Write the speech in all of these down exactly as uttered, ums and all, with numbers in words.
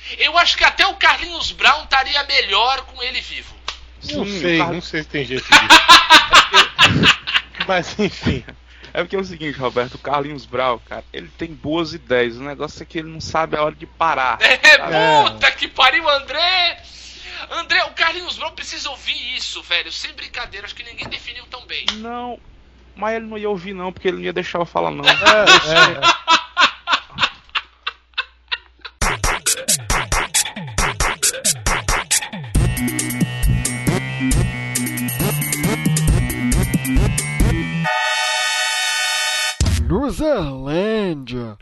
Eu acho que até o Carlinhos Brown estaria melhor com ele vivo. Não Sim, sei, Car... não sei se tem jeito disso. É porque... Mas enfim. É porque é o seguinte, Roberto, o Carlinhos Brown, cara, ele tem boas ideias. O negócio é que ele não sabe a hora de parar. É, sabe? puta que pariu, André! André, o Carlinhos Brown precisa ouvir isso, velho. Sem brincadeira, acho que ninguém definiu tão bem. Não, mas ele não ia ouvir não, porque ele não ia deixar eu falar não. É, é. Luzerlândia.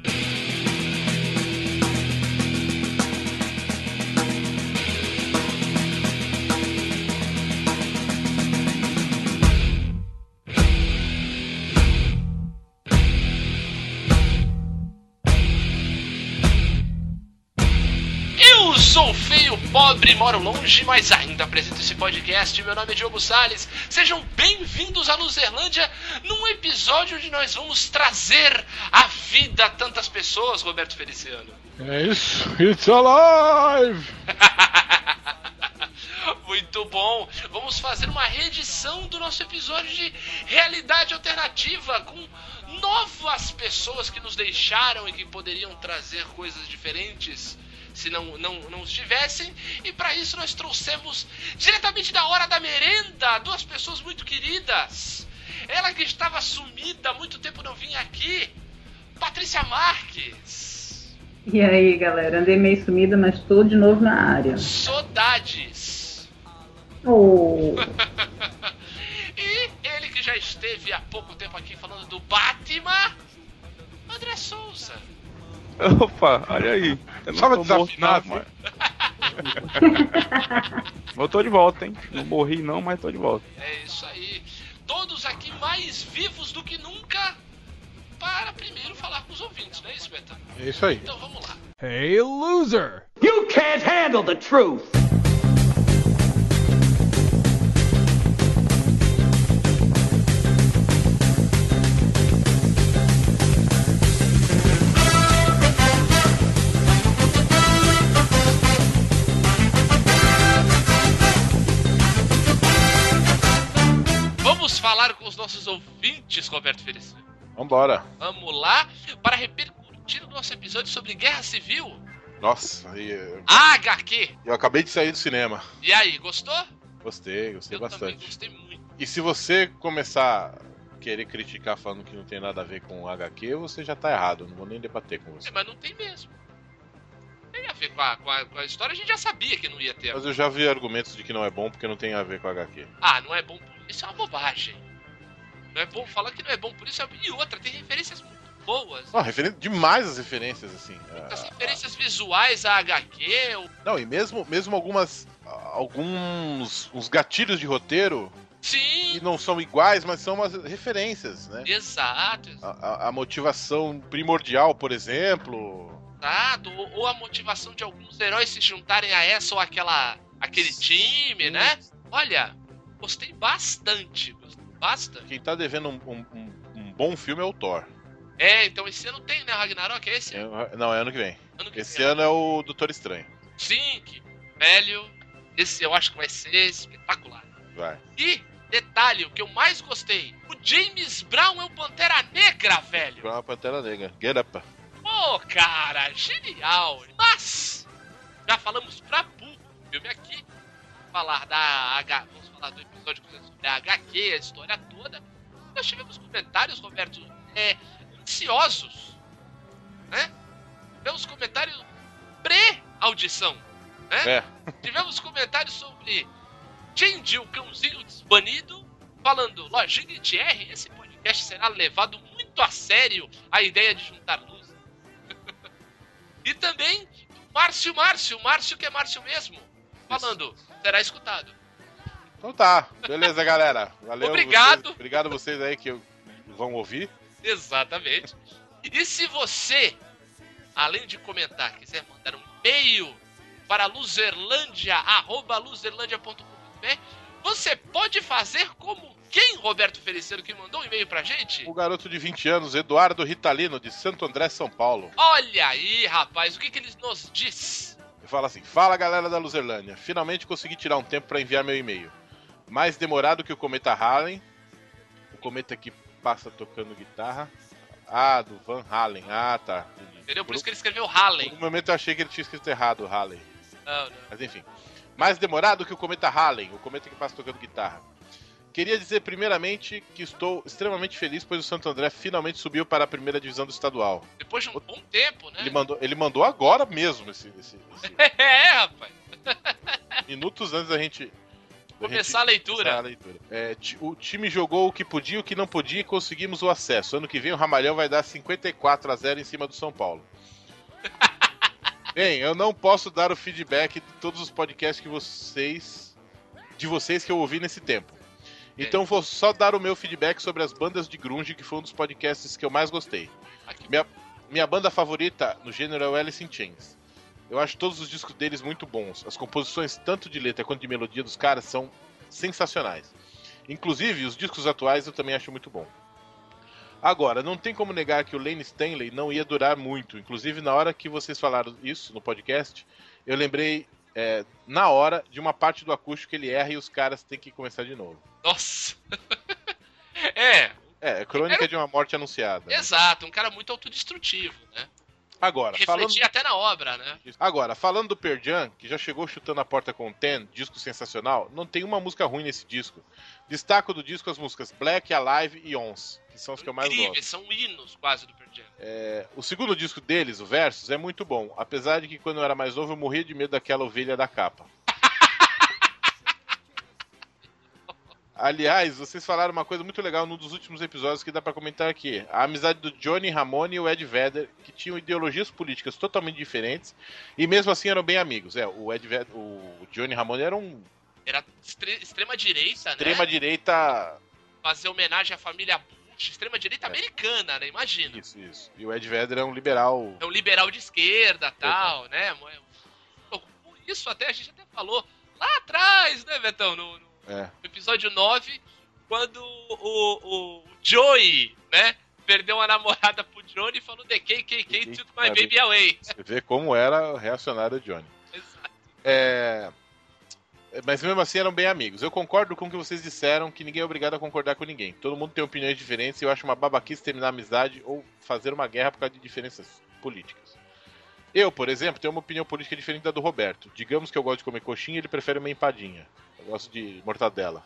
Eu sou feio, pobre, moro longe, mas ainda apresento esse podcast. Meu nome é Diogo Salles. Sejam bem-vindos à Luzerlândia, num episódio onde nós vamos trazer a vida a tantas pessoas, Roberto Feliciano. É isso, it's alive! Muito bom. Vamos fazer uma reedição do nosso episódio de realidade alternativa com novas pessoas que nos deixaram e que poderiam trazer coisas diferentes se não, não, não estivessem. E para isso nós trouxemos diretamente da hora da merenda duas pessoas muito queridas. Ela que estava sumida, há muito tempo não vinha aqui, Patrícia Marques. E aí, galera, andei meio sumida, mas tô de novo na área. Saudades. Oh. E ele que já esteve há pouco tempo aqui falando do Batman, André Souza. Opa, olha aí. Eu não Tava tô morto, desafinado, não, mas... Eu tô de volta, hein? Não morri não, mas tô de volta. É isso aí. Todos aqui mais vivos do que nunca para primeiro falar com os ouvintes, não é isso, Betão? É isso aí. Então vamos lá. Hey, loser! You can't handle the truth! Vamos falar com os nossos ouvintes, Roberto Feliciano. Vambora. Vamos lá para repercutir o nosso episódio sobre Guerra Civil. Nossa, e, eu, A H Q. eu acabei de sair do cinema. E aí, gostou? Gostei, gostei Eu bastante. também gostei muito. E se você começar a querer criticar falando que não tem nada a ver com H Q, você já tá errado. Eu não vou nem debater com você. É, mas não tem mesmo. Tem a ver com a, com, a, com a história, a gente já sabia que não ia ter. Mas eu já vi argumentos de que não é bom porque não tem a ver com H Q. Ah, não é bom por isso, é uma bobagem. Não é bom falar que não é bom por isso. É... E outra, tem referências muito boas. Ah, referen... demais as referências, assim. Muitas Ah, referências visuais a H Q. Ou... Não, e mesmo, mesmo algumas. Alguns uns gatilhos de roteiro Sim, que não são iguais, mas são umas referências, né? exato, exato. A, a- a motivação primordial, por exemplo. Ou, ou a motivação de alguns heróis se juntarem a essa ou aquela, aquele time, né? Olha, gostei bastante. Gostei bastante. Quem tá devendo um, um- um- um bom filme é o Thor. É, então esse ano tem, né? Ragnarok é esse? É- não, é ano que vem. Ano que Esse vem. ano é o Doutor Estranho. Sim, que velho. Esse eu acho que vai ser espetacular. Vai. E, detalhe, o que eu mais gostei: o James Brown é o Pantera Negra, velho. Pra uma Pantera Negra. Get up. Pô, cara, genial. Mas, já falamos pra burro do filme aqui. Falar da H... Vamos falar do episódio sobre a H Q, a história toda. Nós tivemos comentários, Roberto, é, ansiosos, né? Tivemos comentários pré-audição, né? É. Tivemos comentários sobre Change, o cãozinho desbanido, falando: Lojinha e Thierry, esse podcast será levado muito a sério a ideia de juntar luz. E também Márcio Márcio, Márcio que é Márcio mesmo, falando: será escutado. Então tá. Beleza, galera. Valeu. Obrigado. Vocês, obrigado a vocês aí que vão ouvir. Exatamente. E se você, além de comentar, quiser mandar um e-mail para luzerlandia, arroba luzerlandia ponto com ponto br, você pode fazer como quem, Roberto Feliciano, que mandou um e-mail pra gente? O garoto de vinte anos, Eduardo Ritalino, de Santo André, São Paulo. Olha aí, rapaz, o que, que ele nos diz? fala assim: fala galera da Luzerlândia, finalmente consegui tirar um tempo pra enviar meu e-mail. Mais demorado que o Cometa Halen. O cometa que passa tocando guitarra. Ah, do Van Halen. Ah, tá. Entendeu? Por isso que ele escreveu Halen. No momento eu achei que ele tinha escrito errado, Halen. Não, não. Mas enfim. Mais demorado que o cometa Halen, o cometa que passa tocando guitarra. Queria dizer primeiramente que estou extremamente feliz, pois o Santo André finalmente subiu para a primeira divisão do estadual. Depois de um bom tempo, né? Ele mandou, ele mandou agora mesmo esse, esse, esse... É, rapaz. minutos antes da gente da Começar gente a leitura. começar a leitura. É, ti- o time jogou o que podia e o que não podia e conseguimos o acesso. Ano que vem o Ramalhão vai dar cinquenta e quatro a zero em cima do São Paulo. Bem, eu não posso dar o feedback de todos os podcasts que vocês de vocês que eu ouvi nesse tempo. Então vou só dar o meu feedback sobre as bandas de grunge, que foi um dos podcasts que eu mais gostei. Aqui. Minha, minha banda favorita no gênero é o Alice in Chains. Eu acho todos os discos deles muito bons. As composições, tanto de letra quanto de melodia dos caras, são sensacionais. Inclusive, os discos atuais eu também acho muito bom. Agora, não tem como negar que o Lane Stanley não ia durar muito. Inclusive, na hora que vocês falaram isso no podcast, eu lembrei, é, na hora, de uma parte do acústico que ele erra e os caras têm que começar de novo. Nossa. É. É, crônica de uma morte anunciada. Né? Exato, um cara muito autodestrutivo, né? Agora, falando... Refletia até na obra, né? Agora, falando do Pearl Jam, que já chegou chutando a porta com o Ten, disco sensacional, não tem uma música ruim nesse disco. Destaco do disco as músicas Black, Alive e Ons, que são as que eu mais Incríveis, gosto. são hinos quase do Pearl Jam. É, o segundo disco deles, o Versus, é muito bom, apesar de que quando eu era mais novo eu morria de medo daquela ovelha da capa. Aliás, vocês falaram uma coisa muito legal num dos últimos episódios que dá pra comentar aqui. A amizade do Johnny Ramone e o Ed Vedder, que tinham ideologias políticas totalmente diferentes e mesmo assim eram bem amigos. É, o Ed Vedder, o Johnny Ramone era um Era extre- extrema-direita, né? extrema-direita... Fazer homenagem à família Bush, extrema-direita É. americana, né? Imagina. Isso, isso. E o Ed Vedder é um liberal... É um liberal de esquerda e tal, né? Pô, por isso até a gente até falou lá atrás, né, Betão? No, no É. episódio nove, quando o, o Joey, né, perdeu uma namorada pro Johnny e falou The K K K took my baby away. Você vê como era reacionário o Johnny. Exato. É... Mas mesmo assim eram bem amigos. Eu concordo com o que vocês disseram, que ninguém é obrigado a concordar com ninguém. Todo mundo tem opiniões diferentes e eu acho uma babaquice terminar a amizade ou fazer uma guerra por causa de diferenças políticas. Eu, por exemplo, tenho uma opinião política diferente da do Roberto. Digamos que eu gosto de comer coxinha e ele prefere uma empadinha. Eu gosto de mortadela.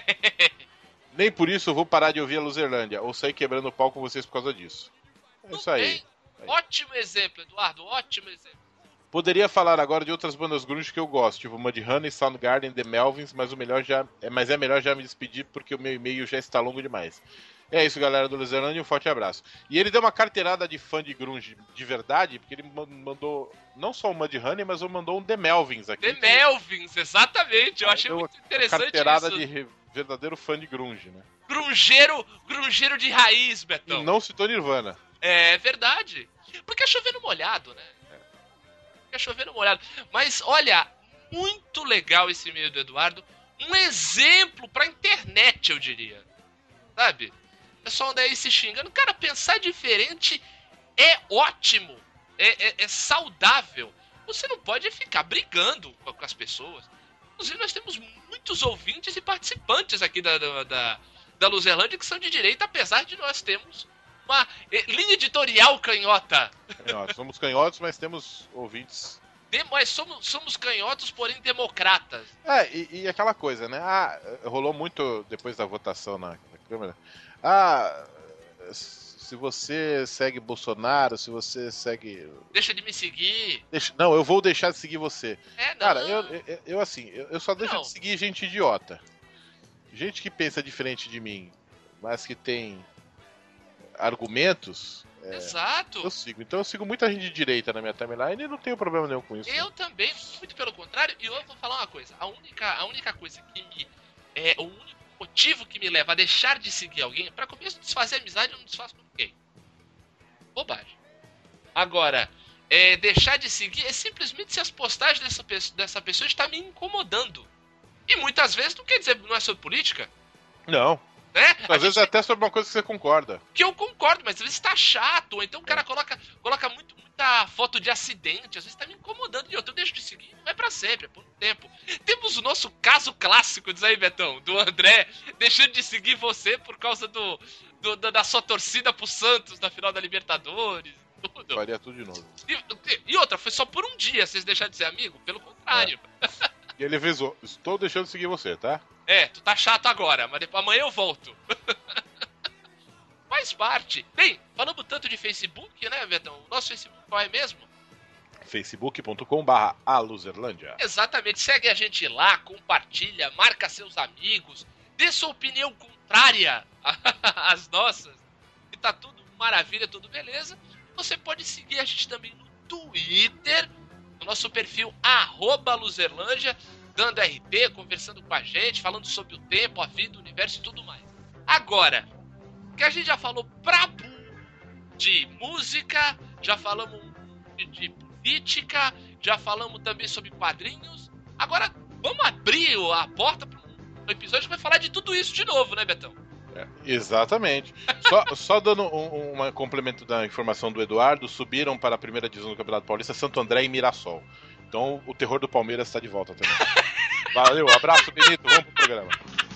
Nem por isso eu vou parar de ouvir a Luzerlândia ou sair quebrando o pau com vocês por causa disso. É isso aí. Bem, ótimo exemplo, Eduardo, ótimo exemplo. Poderia falar agora de outras bandas grunge que eu gosto, tipo Mudhoney, Soundgarden, The Melvins, mas o melhor já é, mas é melhor já me despedir porque o meu e-mail já está longo demais. É isso, galera do Luzerlândia, um forte abraço. E ele deu uma carteirada de fã de grunge de verdade, porque ele mandou não só o Mudhoney, mas ele mandou um The Melvins aqui. The Melvins, exatamente, eu Aí achei deu muito uma interessante carteirada isso. de re- verdadeiro fã de grunge, né? Grungeiro, grungeiro de raiz, Betão. E não citou Nirvana. É verdade. Porque é chovendo molhado, né? É chovendo molhado. Mas, olha, muito legal esse e-mail do Eduardo. Um exemplo pra internet, eu diria. Sabe? O pessoal anda aí se xingando. Cara, pensar diferente é ótimo. É, é, é saudável. Você não pode ficar brigando com, com as pessoas. Inclusive, nós temos muitos ouvintes e participantes aqui da, da, da, da Luzerlândia que são de direita, apesar de nós termos uma eh, linha editorial canhota. Canhotos. Somos canhotos, mas temos ouvintes. De- mas somos, somos canhotos, porém democratas. É, e, e aquela coisa, né? Ah, rolou muito depois da votação na, na Câmara. Ah, se você segue Bolsonaro, se você segue. Deixa de me seguir. Deixa... Não, eu vou deixar de seguir você. É, não. Cara, eu, eu, eu, assim, eu, eu só deixo Não. de seguir gente idiota. Gente que pensa diferente de mim, mas que tem argumentos. Exato. Eu sigo. Então eu sigo muita gente de direita na minha timeline e não tenho problema nenhum com isso. Eu também, muito pelo contrário, e eu vou falar uma coisa. A única, a única coisa que me. É, o único motivo que me leva a deixar de seguir alguém, pra começo, desfazer amizade, eu não desfaço com ninguém. Bobagem. Agora, é, deixar de seguir é simplesmente se as postagens dessa, pe- dessa pessoa estão me incomodando. E muitas vezes não quer dizer, não é sobre política, Não. né? Às A vezes gente- até sobre uma coisa que você concorda. Que eu concordo, mas às vezes tá chato, ou então o cara coloca, coloca muito, muito muita foto de acidente, às vezes tá me incomodando. E eu, eu deixo de seguir, não é pra sempre, é por um tempo. Temos o nosso caso clássico, diz aí, Betão, do André deixando de seguir você por causa do, do da, da sua torcida pro Santos na final da Libertadores. Tudo. Faria tudo de novo. E, e outra, foi só por um dia vocês deixaram de ser amigo? Pelo contrário. É. E ele avisou, estou deixando de seguir você, tá? É, tu tá chato agora, mas depois, amanhã eu volto. Faz parte. Bem, falamos tanto de Facebook, né, Betão? O nosso Facebook qual é mesmo? facebook ponto com barra a Luzerlândia. Exatamente, segue a gente lá, compartilha, marca seus amigos, dê sua opinião contrária às nossas, e tá tudo maravilha, tudo beleza. Você pode seguir a gente também no Twitter, no nosso perfil arroba Luzerlândia, dando R P, conversando com a gente, falando sobre o tempo, a vida, o universo e tudo mais. Agora, que a gente já falou pra burro de música, já falamos de, de política, já falamos também sobre quadrinhos. Agora, vamos abrir a porta para um episódio que vai falar de tudo isso de novo, né, Betão? É, exatamente. Só, só dando um, um complemento da informação do Eduardo, subiram para a primeira divisão do Campeonato Paulista Santo André e Mirassol. Então o terror do Palmeiras está de volta também. Valeu, abraço, Benito, vamos pro programa.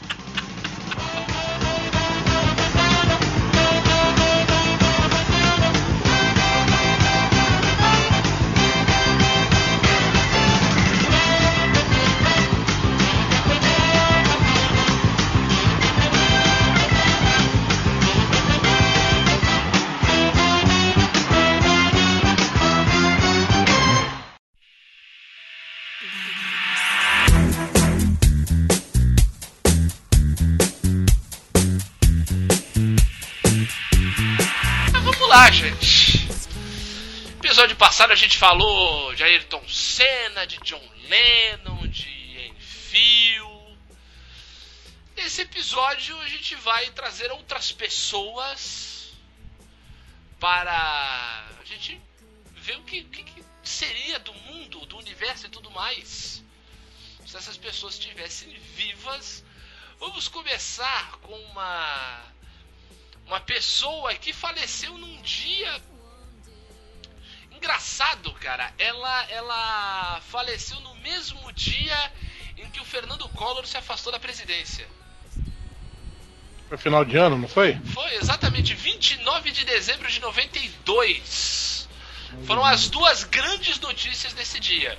Lá, gente. Episódio passado a gente falou de Ayrton Senna, de John Lennon, de Enfield. Nesse episódio a gente vai trazer outras pessoas para a gente ver o que, que, que seria do mundo, do universo e tudo mais se essas pessoas estivessem vivas. Vamos começar com uma Uma pessoa que faleceu num dia engraçado, cara. Ela, ela faleceu no mesmo dia em que o Fernando Collor se afastou da presidência. Foi final de ano, não foi? Foi, exatamente, vinte e nove de dezembro de noventa e dois. Foram as duas grandes notícias desse dia.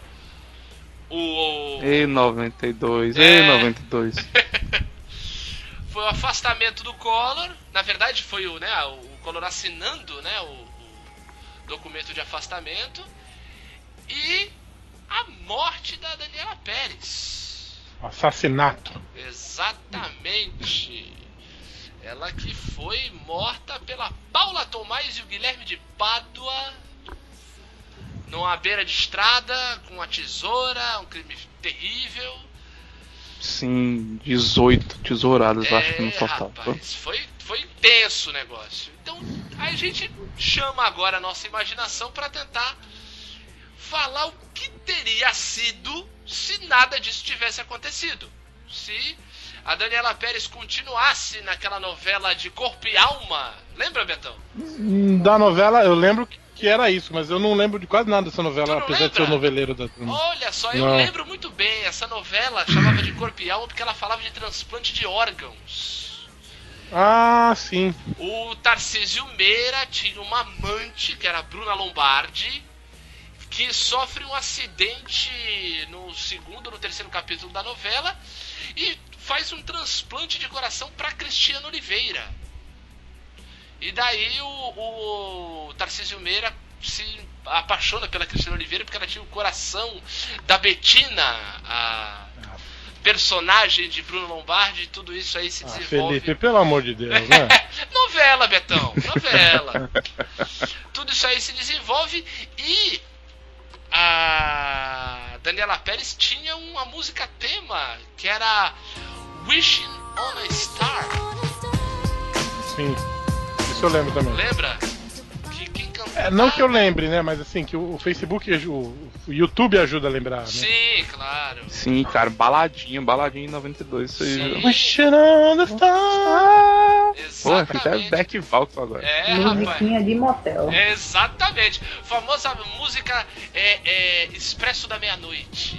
O... Ei, noventa e dois, É. ei, noventa e dois. Foi o afastamento do Collor. Na verdade foi o, né, o Collor assinando, né, o, o documento de afastamento. E a morte da Daniela Pérez. Assassinato. Exatamente. Ela que foi morta pela Paula Tomás e o Guilherme de Pádua numa beira de estrada com uma tesoura, um crime terrível. Sim, dezoito tesouradas, É, acho que no total. rapaz, foi, foi intenso o negócio. Então a gente chama agora a nossa imaginação para tentar falar o que teria sido se nada disso tivesse acontecido. Se a Daniela Pérez continuasse naquela novela de Corpo e Alma. Lembra, Betão? Da novela, eu lembro que era isso, mas eu não lembro de quase nada dessa novela, Tu não apesar lembra? de ser o noveleiro da turma. Olha só, eu Não. lembro muito bem. Essa novela chamava de Corpo e Alma porque ela falava de transplante de órgãos. Ah, sim. O Tarcísio Meira tinha uma amante, que era a Bruna Lombardi, que sofre um acidente no segundo ou no terceiro capítulo da novela e faz um transplante de coração para Cristiano Oliveira. E daí o, o Tarcísio Meira se apaixona pela Cristiano Oliveira porque ela tinha o coração da Bettina, a personagem de Bruno Lombardi, e tudo isso aí se Ah, desenvolve. Felipe, pelo amor de Deus, né? Novela, Betão, novela. Tudo isso aí se desenvolve e a Daniela Pérez tinha uma música tema que era Wishing on a Star. Sim. Isso eu lembro também. Lembra? Que quem cantava É, não que eu lembre, né? Mas assim, que o, o Facebook, o, o YouTube ajuda a lembrar, né? Sim, claro. Sim, cara, baladinha, baladinha em noventa e dois, isso aí. Sim. viu? Wishing on the star. Pô, fica até Exatamente. Back Valk agora. É, rapaz. Musiquinha de motel. Exatamente. Famosa música é, é Expresso da Meia-Noite.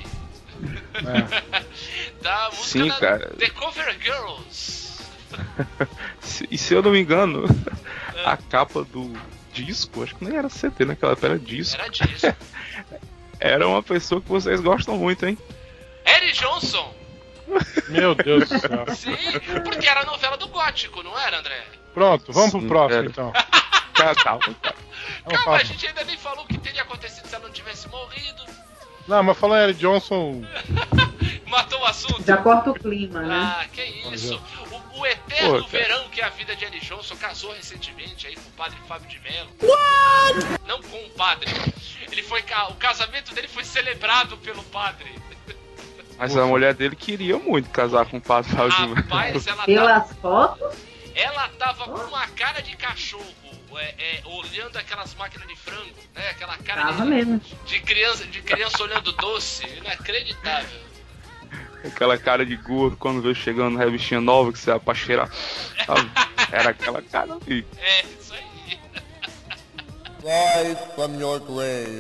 Da música Sim, da cara. The Cover Girls. Se- E se eu não me engano, a capa do disco, acho que nem era C D naquela época, era disco. Era disso. Era uma pessoa que vocês gostam muito, hein? Eric Johnson. Meu Deus do céu. Sim, porque era a novela do Gótico, não era, André? Pronto, vamos pro Sim, próximo era. então. Cara, calma, cara. Vamos Calma, falar. a gente ainda nem falou o que teria acontecido se ela não tivesse morrido. Não, mas falando em Eric Johnson, Matou o assunto. Já corta o clima, né? Ah, que isso. O, o eterno Pô, cara. verão que é a vida de Eric Johnson casou recentemente aí com o padre Fábio de Mello. What? Não com o padre. Ele foi ca- o casamento dele foi celebrado pelo padre. Mas a mulher dele queria muito casar com o Padre Fábio de Mello. Rapaz, ela tava, Pelas fotos, ela tava com uma cara de cachorro, é, é, olhando aquelas máquinas de frango, né? Aquela cara tava de, mesmo. de criança, de criança olhando doce, inacreditável. Aquela cara de gordo quando veio chegando revistinha nova que você ia pra cheirar. Sabe? Era aquela cara ali. É, isso aí. Rise from your grave.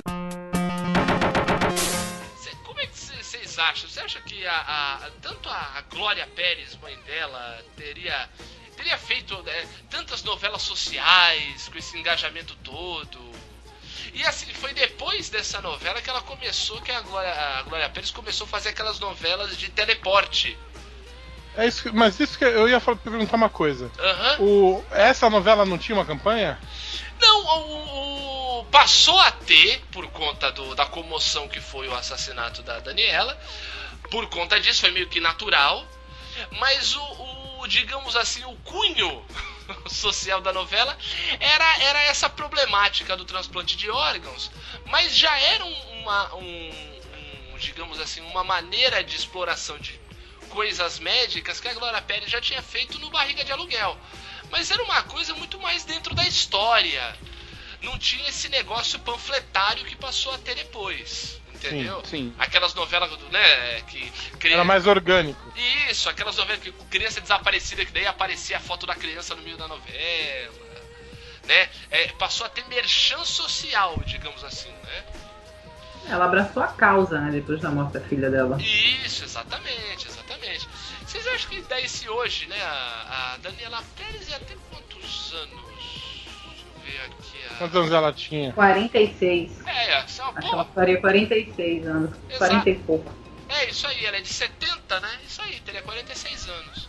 Cê- como é que vocês acham? Você acha que a, a- tanto a, a Glória Pérez, mãe dela, teria, teria feito né, tantas novelas sociais com esse engajamento todo? E assim, foi depois dessa novela que ela começou, que a Glória, a Glória Pérez começou a fazer aquelas novelas de teleporte. é isso, que- mas isso que eu ia falar- perguntar uma coisa. Aham. O, essa novela não tinha uma campanha? Não, o, o- passou a ter, por conta do- da comoção que foi o assassinato da Daniela, por conta disso, foi meio que natural, mas o, o, digamos assim, o cunho social da novela era, era essa problemática do transplante de órgãos, mas já era um- uma, um, um, digamos assim, uma maneira de exploração de coisas médicas que a Glória Pérez já tinha feito no Barriga de Aluguel. Mas era uma coisa muito mais dentro da história. Não tinha esse negócio panfletário que passou a ter depois. Entendeu? Sim. Aquelas novelas, né, que... cri- Era mais orgânico. Isso, aquelas novelas que criança desaparecida, que daí aparecia a foto da criança no meio da novela. Né? É, passou a ter merchan social, digamos assim, né? Ela abraçou a causa, né? Depois da morte da filha dela. Isso, exatamente, exatamente. Vocês acham que daí se hoje, né, a, a Daniela Pérez ia ter quantos anos? Deixa eu ver aqui a... Quantos anos ela tinha? quarenta e seis. É, essa é uma Acho que ela porra. faria quarenta e seis anos. Exato. quarenta e pouco. É, isso aí, ela é de setenta, né? Isso aí, teria quarenta e seis anos.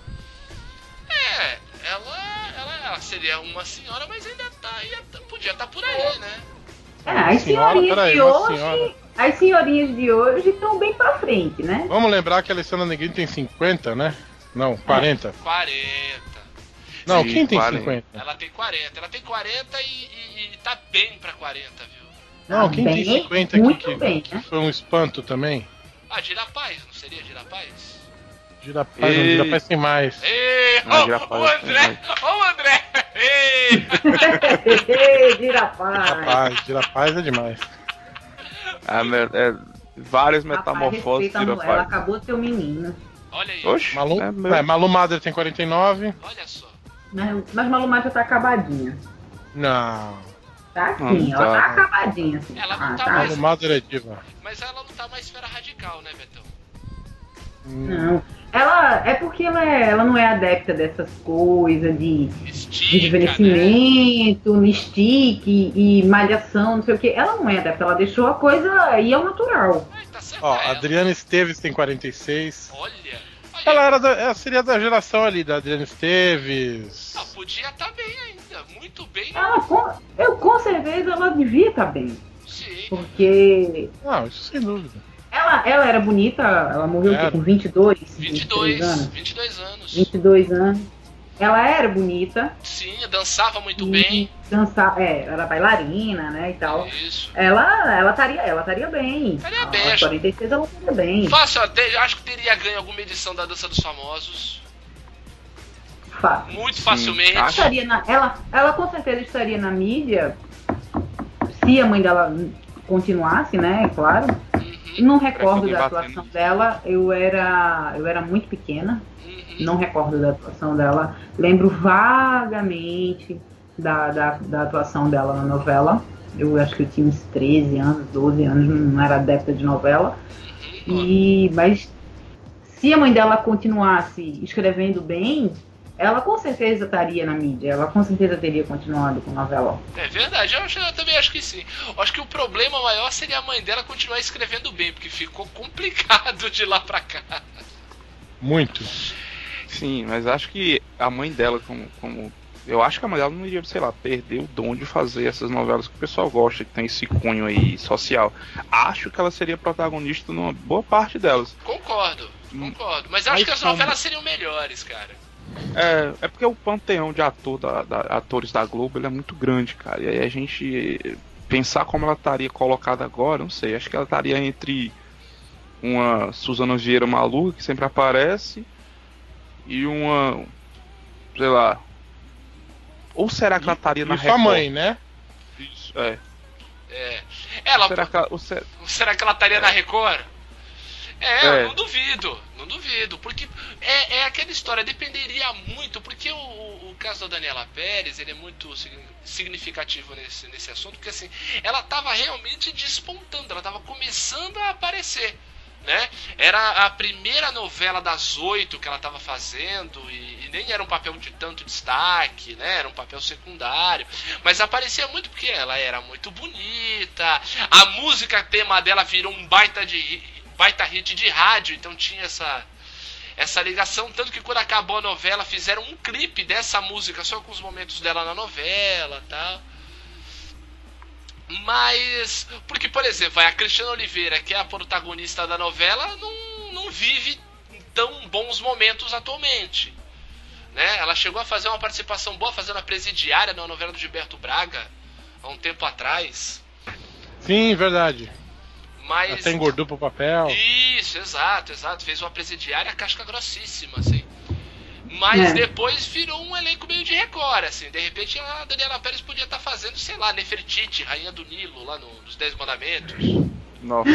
É, ela, ela, ela seria uma senhora, mas ainda tá, ia, podia estar por aí, né? É, as Senhora, senhorinhas peraí, de uma hoje. senhora. As senhorinhas de hoje estão bem pra frente, né? Vamos lembrar que a Alessandra Negrini tem cinquenta, né? Não, quarenta. quarenta. Não, Sim, quem tem quarenta. cinquenta? Ela tem quarenta. Ela tem quarenta e, e, e tá bem pra quarenta, viu? Não, Ah, quem bem, tem cinquenta aqui muito que, bem, que né? foi um espanto também? Ah, Girapaz, não seria Girapaz? Girapaz, não, Ei. Girapaz tem mais. Ei, Não, ô, Girapaz ô tem André, ô André! Ei! Ei, Girapaz. Girapaz, Girapaz é demais. Ah, me- é, várias Rapaz, metamorfoses respeita a de mulher, ela Girapaz. acabou de ter um menino. Olha aí, Oxe, Malu, é meu. é, Malu Mader tem quarenta e nove. olha só. Mas, mas Malumar já tá acabadinha. Não. Tá Não sim, ela tá. tá acabadinha, assim. Ela não Ah, tá tá. mais- Malu Mader é diva. Mas ela não tá mais esfera radical, né, Betão? Não. Ela é porque ela, é- ela não é adepta dessas coisas de, de Estica, né? envelhecimento, mystique e malhação, não sei o que. Ela não é adepta, ela deixou a coisa ir ao natural. Ai, tá certo. Ó, ela. Adriana Esteves tem quarenta e seis. Olha. Olha. Ela era da, ela seria da geração ali, da Adriana Esteves. Não, podia estar bem ainda. Muito bem. Ela, com, eu com certeza ela devia estar bem. Sim. Porque Não, isso sem dúvida. ela, ela era bonita, ela morreu o quê? Era. Com vinte e dois, vinte e dois. vinte e três anos. vinte e dois anos. vinte e dois anos. Ela era bonita. Sim, dançava muito e bem. Dançar, é, era bailarina, né, e tal. Isso. Ela ela estaria ela estaria bem. Estaria Aos bem, acho- quarenta e seis ela estaria bem. Fácil, até, acho que teria ganho alguma edição da Dança dos Famosos. Fa- Muito Sim, facilmente. acho. estaria na, ela, ela com certeza estaria na mídia se a mãe dela continuasse, né, claro. Uhum. Não recordo da batendo. atuação dela, eu era, eu era muito pequena, Uhum. não recordo da atuação dela. Lembro vagamente da, da, da atuação dela na novela. Eu acho que eu tinha uns treze anos, doze anos, não era adepta de novela. Uhum. E, mas se a mãe dela continuasse escrevendo bem, ela com certeza estaria na mídia, ela com certeza teria continuado com novela. É verdade, eu, acho- eu também acho que sim. Eu acho que o problema maior seria a mãe dela continuar escrevendo bem, porque ficou complicado de lá pra cá. Muito. Sim, mas acho que a mãe dela, como, como. Eu acho que a mãe dela não iria, sei lá, perder o dom de fazer essas novelas que o pessoal gosta, que tem esse cunho aí social. Acho que ela seria protagonista numa boa parte delas. Concordo, Hum. concordo. Mas eu acho Mas que as como- novelas seriam melhores, cara. É, é porque o panteão de ator da, da- atores da Globo ele é muito grande, cara. E aí a gente pensar como ela estaria colocada agora, não sei. Acho que ela estaria entre uma Suzana Vieira maluca, que sempre aparece, e uma, sei lá. Ou será que ela estaria na E sua Record? mãe, né? Isso, é. É. Ela, Será que ela, ou se- será que ela estaria na Record? É, É. eu não duvido, não duvido, porque é, é aquela história, dependeria muito, porque o, o, o caso da Daniela Pérez, ele é muito signi- significativo nesse, nesse assunto, porque assim, ela estava realmente despontando, ela estava começando a aparecer, né? Era a primeira novela das oito que ela estava fazendo, e, e nem era um papel de tanto destaque, né? Era um papel secundário, mas aparecia muito porque ela era muito bonita, a música tema dela virou um baita de baita hit de rádio, então tinha essa essa ligação, tanto que quando acabou a novela fizeram um clipe dessa música só com os momentos dela na novela, tal. Mas porque, por exemplo, a Cristiana Oliveira, que é a protagonista da novela, não, não vive tão bons momentos atualmente, né? Ela chegou a fazer uma participação boa fazendo a presidiária na novela do Gilberto Braga há um tempo atrás, Sim, verdade. mas Até engordou pro papel. Isso, exato, exato. Fez uma presidiária casca grossíssima, assim. Mas É. depois virou um elenco meio de Record, assim. De repente a Daniela Pérez podia estar fazendo, sei lá, Nefertiti, Rainha do Nilo, lá no, nos Dez Mandamentos. Nossa.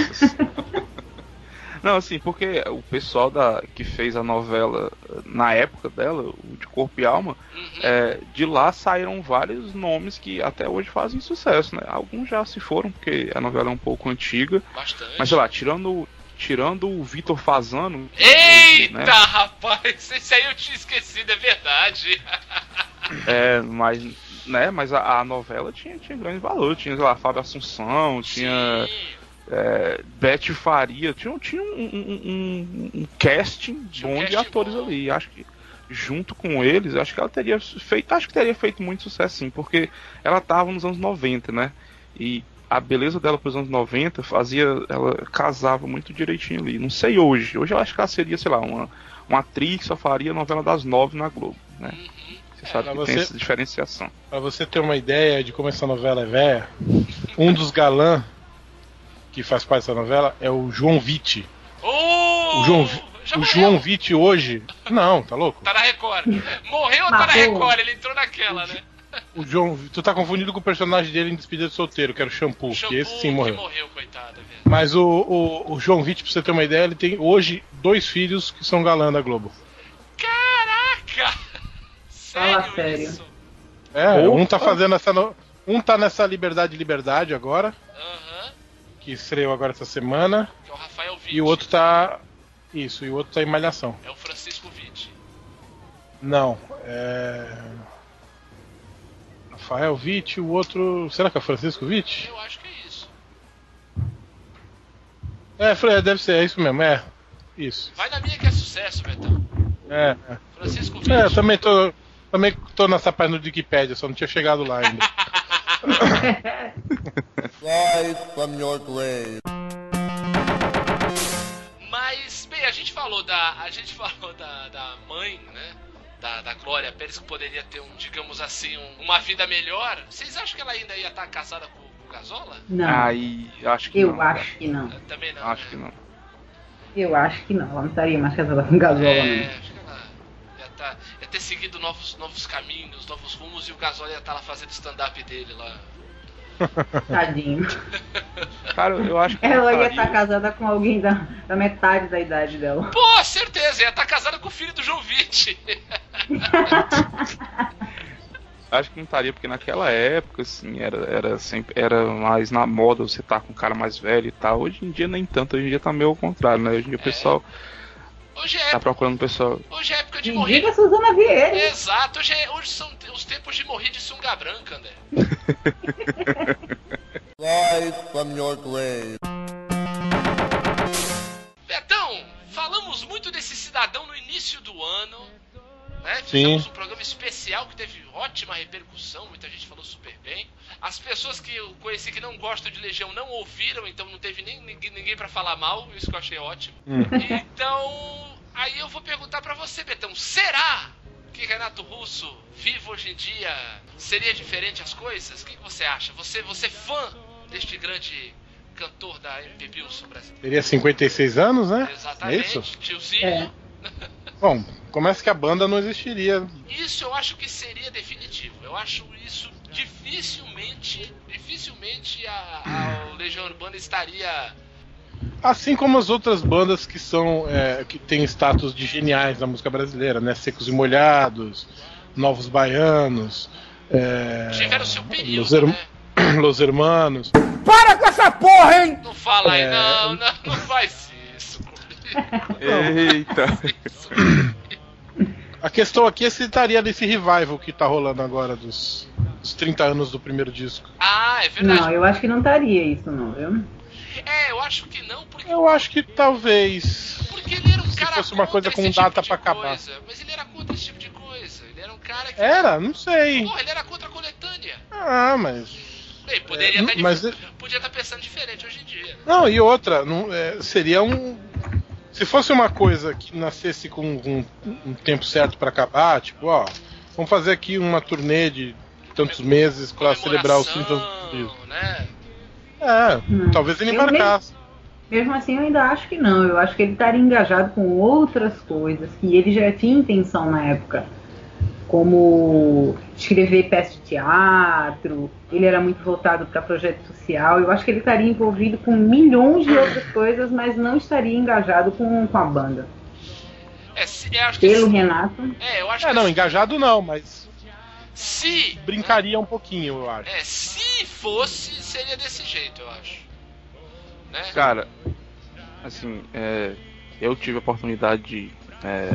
Não, assim, porque o pessoal da, que fez a novela na época dela, o De Corpo e Alma, Uhum. é, de lá saíram vários nomes que até hoje fazem sucesso, né? Alguns já se foram, porque a novela é um pouco antiga. Bastante. Mas sei lá, tirando, tirando o Vitor Fazano. Eita, né? rapaz! Esse aí eu tinha esquecido, é verdade. É, mas, né, mas a, a novela tinha, tinha grande valor. Tinha, sei lá, Fábio Assunção, tinha. Sim. É, Beth Faria, tinha, tinha um, um, um, um casting Tinha um bom de casting atores bom. ali. Acho que junto com eles, acho que ela teria feito, acho que teria feito muito sucesso sim, porque ela tava nos anos noventa, né? E a beleza dela pros anos noventa fazia, ela casava muito direitinho ali. Não sei hoje. Hoje eu acho que ela seria, sei lá, uma, uma atriz que só faria novela das nove na Globo, né? Uhum. Você sabe pra que você- tem essa diferenciação. Pra você ter uma ideia de como essa novela é velha, um dos galãs que faz parte dessa novela é o João Vitti. Oh, O João, Vi- já o morreu. João Vitti hoje. Não, tá louco? Tá na Record. Morreu ou tá na Matou. Record? Ele entrou naquela, né? O João, tu tá confundindo com o personagem dele em Despedida de Solteiro, que era o Shampoo, Shampoo que esse sim morreu. que morreu, coitado, é verdade. Mas o, o, o João Vitti, pra você ter uma ideia, ele tem hoje dois filhos que são galã da Globo. Caraca! Fala Sério, sério. isso? É, Opa! um tá fazendo essa. No... Um tá nessa Liberdade Liberdade agora, Aham. que estreou agora essa semana, Que é o Rafael Witt. e o outro tá. Isso, e o outro tá em Malhação. É o Francisco Witt. Não, é. Rafael Witt, o outro. Será que é o Francisco Witt? Eu acho que é isso. É, Fre- deve ser, é isso mesmo, é. Isso. Vai na minha que é sucesso, Betão. É, é. Francisco Witt. É, eu também tô. Também tô nessa página do Wikipedia, só não tinha chegado lá ainda. Rise from your grave. Mas, bem, a gente falou da. A gente falou da, da mãe, né? Da, da Glória Pérez, que poderia ter um, digamos assim, um- uma vida melhor. Vocês acham que ela ainda ia estar casada com, com o Gazola? Não, Aí, acho que eu não. acho que não. Eu também não. Acho né? que não. Eu acho que não. Ela não estaria mais casada com Gasola, É, não. acho que ela ia, tá, ia ter seguido novos, novos caminhos, novos rumos, e o Gazola ia estar lá fazendo stand-up dele lá. Tadinho. Cara, eu acho que Ela ia estaria- estar casada com alguém da, da metade da idade dela. Pô, certeza, ia estar casada com o filho do João Vitti. Acho que não estaria, porque naquela época, assim, era, era sempre era mais na moda você tá com um cara mais velho e tal. Hoje em dia nem tanto, hoje em dia tá meio ao contrário, né? Hoje em dia o pessoal Hoje é tá época, procurando pessoal. hoje é época de E morrer. diga Suzana Vieira. Exato, hoje, é- hoje são os tempos de morrer de sunga branca, André. Rise from your grave. Betão, falamos muito desse cidadão no início do ano, né? Sim. Fizemos um programa especial que teve ótima repercussão, muita gente falou super bem. As pessoas que eu conheci que não gostam de Legião não ouviram, então não teve nem ninguém, ninguém pra falar mal, isso que eu achei ótimo. Hum. Então, aí eu vou perguntar pra você, Betão, será que Renato Russo, vivo hoje em dia, seria diferente as coisas? O que, que você acha? Você, você é fã deste grande cantor da M P B Wilson brasileiro? Teria cinquenta e seis anos, né? É Exatamente, isso? tiozinho. É. Bom, começa que a banda não existiria. Isso eu acho que seria definitivo. Eu acho isso dificilmente, dificilmente a, a Legião Urbana estaria. Assim como as outras bandas que são é, que têm status de geniais na música brasileira, né? Secos e Molhados, Novos Baianos, é, Tiveram seu período, Los, Her- né? Los Hermanos. Para com essa porra, hein? Não fala aí, É. não, não, não faz isso comigo. Eita! Isso. A questão aqui é se estaria nesse revival que tá rolando agora dos, dos trinta anos do primeiro disco. Ah, é verdade. Não, eu acho que não estaria isso não, viu? É, eu acho que não, porque, Eu acho que talvez. porque ele era um se cara fosse uma contra coisa com esse data tipo de pra acabar. coisa. Mas ele era contra esse tipo de coisa. Ele era um cara que. Era? Não sei. Porra, ele era contra a coletânea. Ah, mas. Bem, poderia É, estar mas- podia estar pensando diferente hoje em dia. Não, e outra, não, é, seria um. Se fosse uma coisa que nascesse com um, um tempo certo pra acabar, tipo, ó, vamos fazer aqui uma turnê de tantos meses pra celebrar os trinta anos do disco. Né? É, Hum. talvez ele Eu embarcasse. Mesmo assim, eu ainda acho que não. Eu acho que ele estaria engajado com outras coisas que ele já tinha intenção na época, como escrever peças de teatro. Ele era muito voltado para projeto social. Eu acho que ele estaria envolvido com milhões de outras coisas, mas não estaria engajado com, com a banda. É, se- eu acho que Pelo se- Renato, É, eu acho É, que não, se- engajado não, mas se brincaria um pouquinho, eu acho. É, se fosse, seria desse jeito, eu acho. Né? Cara, assim, é, eu tive a oportunidade de. é,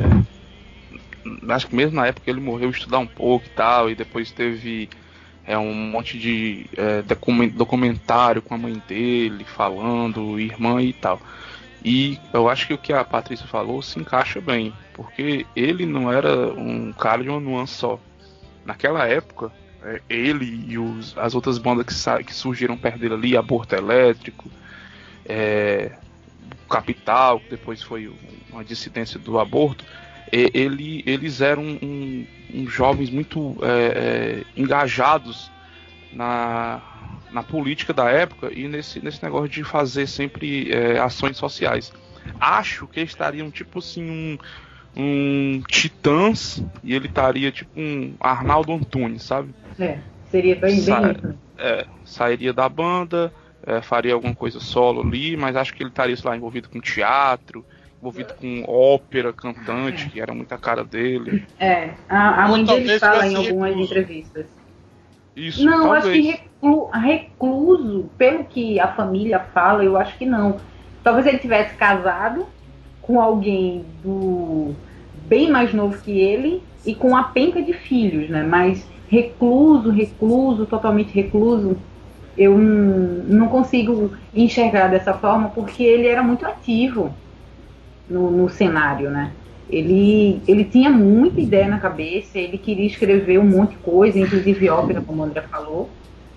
acho que mesmo na época ele morreu, estudar um pouco e tal, e depois teve é, um monte de é, documen- documentário com a mãe dele, falando, irmã e tal. E eu acho que o que a Patrícia falou se encaixa bem, porque ele não era um cara de uma nuance só. Naquela época, é, ele e os, as outras bandas que, sa- que surgiram perto dele ali, Aborto Elétrico, é, Capital, que depois foi uma dissidência do aborto, e- ele, eles eram um, um jovens muito é, é, engajados na, na política da época e nesse, nesse negócio de fazer sempre é, ações sociais. Acho que eles estariam tipo assim um, um Titãs e ele estaria tipo um Arnaldo Antunes, sabe? é, seria bem, bem Sa- isso. é, sairia da banda, é, faria alguma coisa solo ali, mas acho que ele estaria, sei lá, envolvido com teatro, envolvido com ópera, cantante, que era muita cara dele. É, a, a mãe Ou dele talvez fala em tivesse algumas recluso. entrevistas. Isso, Não, eu acho que talvez. reclu- recluso, pelo que a família fala, eu acho que não. Talvez ele tivesse casado com alguém do bem mais novo que ele e com uma penca de filhos, né? Mas recluso, recluso, totalmente recluso, eu n- não consigo enxergar dessa forma porque ele era muito ativo no, no cenário, né? Ele, ele tinha muita ideia na cabeça, ele queria escrever um monte de coisa, inclusive ópera, como o André falou.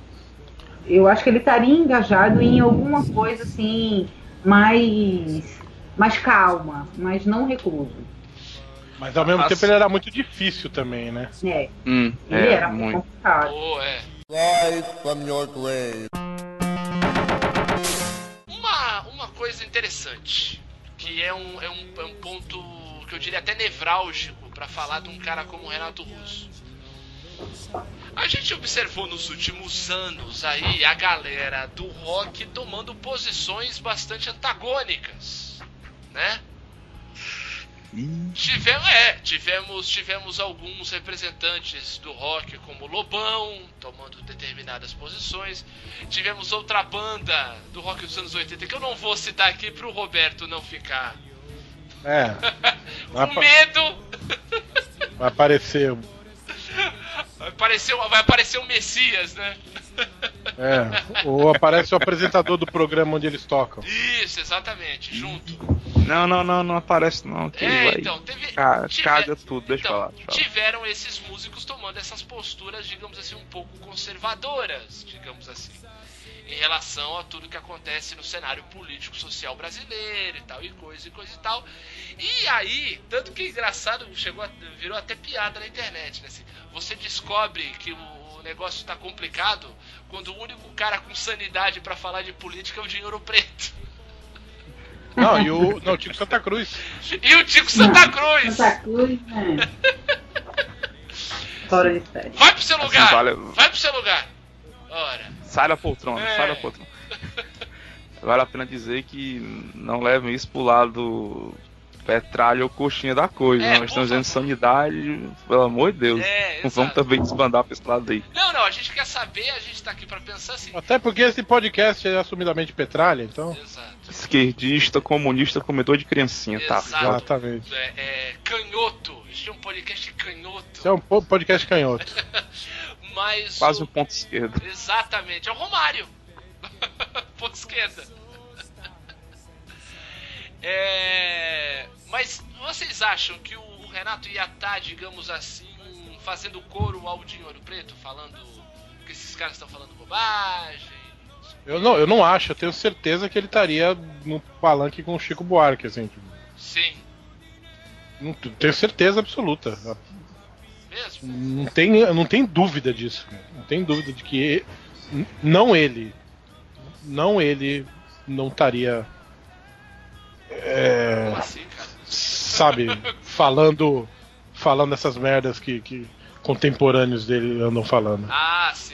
Eu acho que ele estaria engajado em alguma coisa assim, mais, mais calma, mas não recluso. Mas ao mesmo As- tempo ele era muito difícil também, né? É, Hum, ele é, era muito muito. complicado. Pô, é. Rise from your grave. Uma, uma coisa interessante, que é um, é, um, é um ponto que eu diria até nevrálgico pra falar de um cara como o Renato Russo. A gente observou nos últimos anos aí a galera do rock tomando posições bastante antagônicas, né? Tivemos, é, tivemos, tivemos alguns representantes do rock como Lobão tomando determinadas posições. Tivemos outra banda do rock dos anos oitenta que eu não vou citar aqui pro Roberto não ficar É. com medo. Vai aparecer. Vai aparecer, vai aparecer o Messias, né? É. Ou aparece o apresentador do programa onde eles tocam. Isso, exatamente, junto. Não, não, não, não aparece não. Que É, vai... então, teve. Ca- tiver- Caga tudo, deixa eu então, falar. Deixa eu falar. tiveram esses músicos tomando essas posturas, digamos assim, um pouco conservadoras, digamos assim, em relação a tudo que acontece no cenário político social brasileiro e tal, e coisa e coisa e tal. E aí, tanto que é engraçado, chegou a, virou até piada na internet, né? Assim, você descobre que o negócio tá complicado quando o único cara com sanidade pra falar de política é o Dinheiro Preto. Não, e o. Não, o Tico Santa Cruz. E o Tico Santa Cruz! Santa Cruz, né? Fora de série. Vai pro seu lugar! Assim, vale- Vai pro seu lugar! Ora. Sai da poltrona, É. sai da poltrona. Vale a pena dizer que não levem isso pro lado petralha ou coxinha da coisa. É, Nós estamos por dizendo sanidade, pelo amor de Deus. É, Não vamos exato. também desbandar pra esse lado aí. Não, não, a gente quer saber, a gente tá aqui pra pensar assim. Até porque esse podcast é assumidamente petralha, então. Exato. Esquerdista, comunista, comedor de criancinha, tá? Exato. Exatamente. É, é, canhoto. Isso é um podcast canhoto. Isso é um po- podcast canhoto. Mas Quase o- um ponto esquerdo. Exatamente, é o Romário. Ponto esquerda. É... Mas vocês acham que o Renato ia estar, digamos assim, fazendo coro ao Dinheiro Preto, falando que esses caras estão falando bobagem? Eu não, eu não acho, eu tenho certeza que ele estaria no palanque com o Chico Buarque, assim. tipo, Sim, Não, tenho certeza absoluta. mesmo? Não tem, não tem dúvida disso. Não tem dúvida de que e- n- não ele, não ele não estaria, é, Como assim, cara? sabe, falando, falando essas merdas que, que contemporâneos dele andam falando. Ah, sim.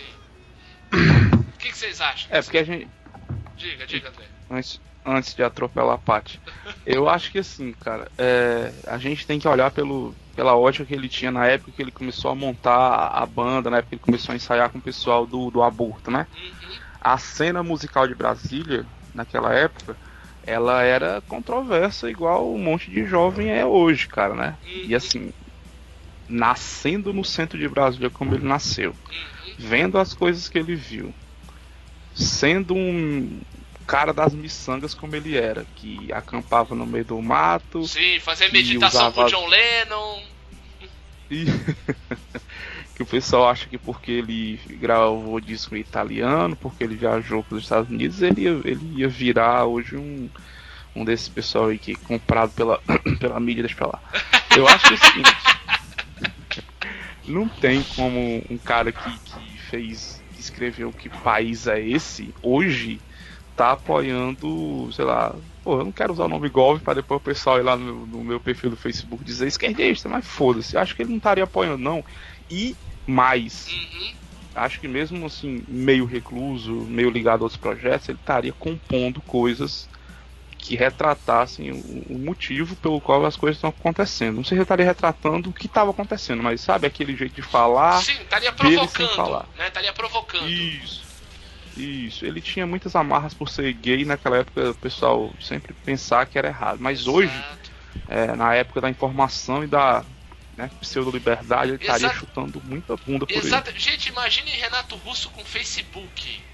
O que, que vocês acham? É, porque a gente. Diga, diga, André. Antes, antes de atropelar a Paty, eu acho que assim, cara, é, a gente tem que olhar pelo, pela ótica que ele tinha na época que ele começou a montar a banda, na época que ele começou a ensaiar com o pessoal do, do Aborto, né? Uhum. A cena musical de Brasília, naquela época, ela era controversa igual um monte de jovem é hoje, cara, né? E assim, nascendo no centro de Brasília como ele nasceu, vendo as coisas que ele viu, sendo um cara das miçangas como ele era, que acampava no meio do mato. Sim, fazer que meditação usava- com John Lennon. E que o pessoal acha que porque ele gravou disco em italiano, porque ele viajou para os Estados Unidos, ele ia, ele ia virar hoje um, um desses pessoal aí que é comprado pela, pela mídia, deixa pra lá. Eu acho que é o seguinte, não tem como um cara que, que fez, que escreveu que país é esse, hoje, tá apoiando, sei lá, pô, eu não quero usar o nome Golve pra depois o pessoal ir lá no, no meu perfil do Facebook dizer esquerdista, mas foda-se, eu acho que ele não estaria apoiando não. E mais, Uhum. acho que mesmo assim, meio recluso, meio ligado a outros projetos, ele estaria compondo coisas que retratassem o, o motivo pelo qual as coisas estão acontecendo. Não sei se ele estaria retratando o que estava acontecendo, mas sabe aquele jeito de falar Sim, estaria dele sem provocando, falar. né? Estaria provocando. Isso. Isso, ele tinha muitas amarras por ser gay. Naquela época o pessoal sempre pensar que era errado, mas hoje, Exato. é, na época da informação e da, né, pseudo-liberdade, ele estaria Exato. chutando muita bunda por Exato. Gente, imagine Renato Russo com Facebook, ele.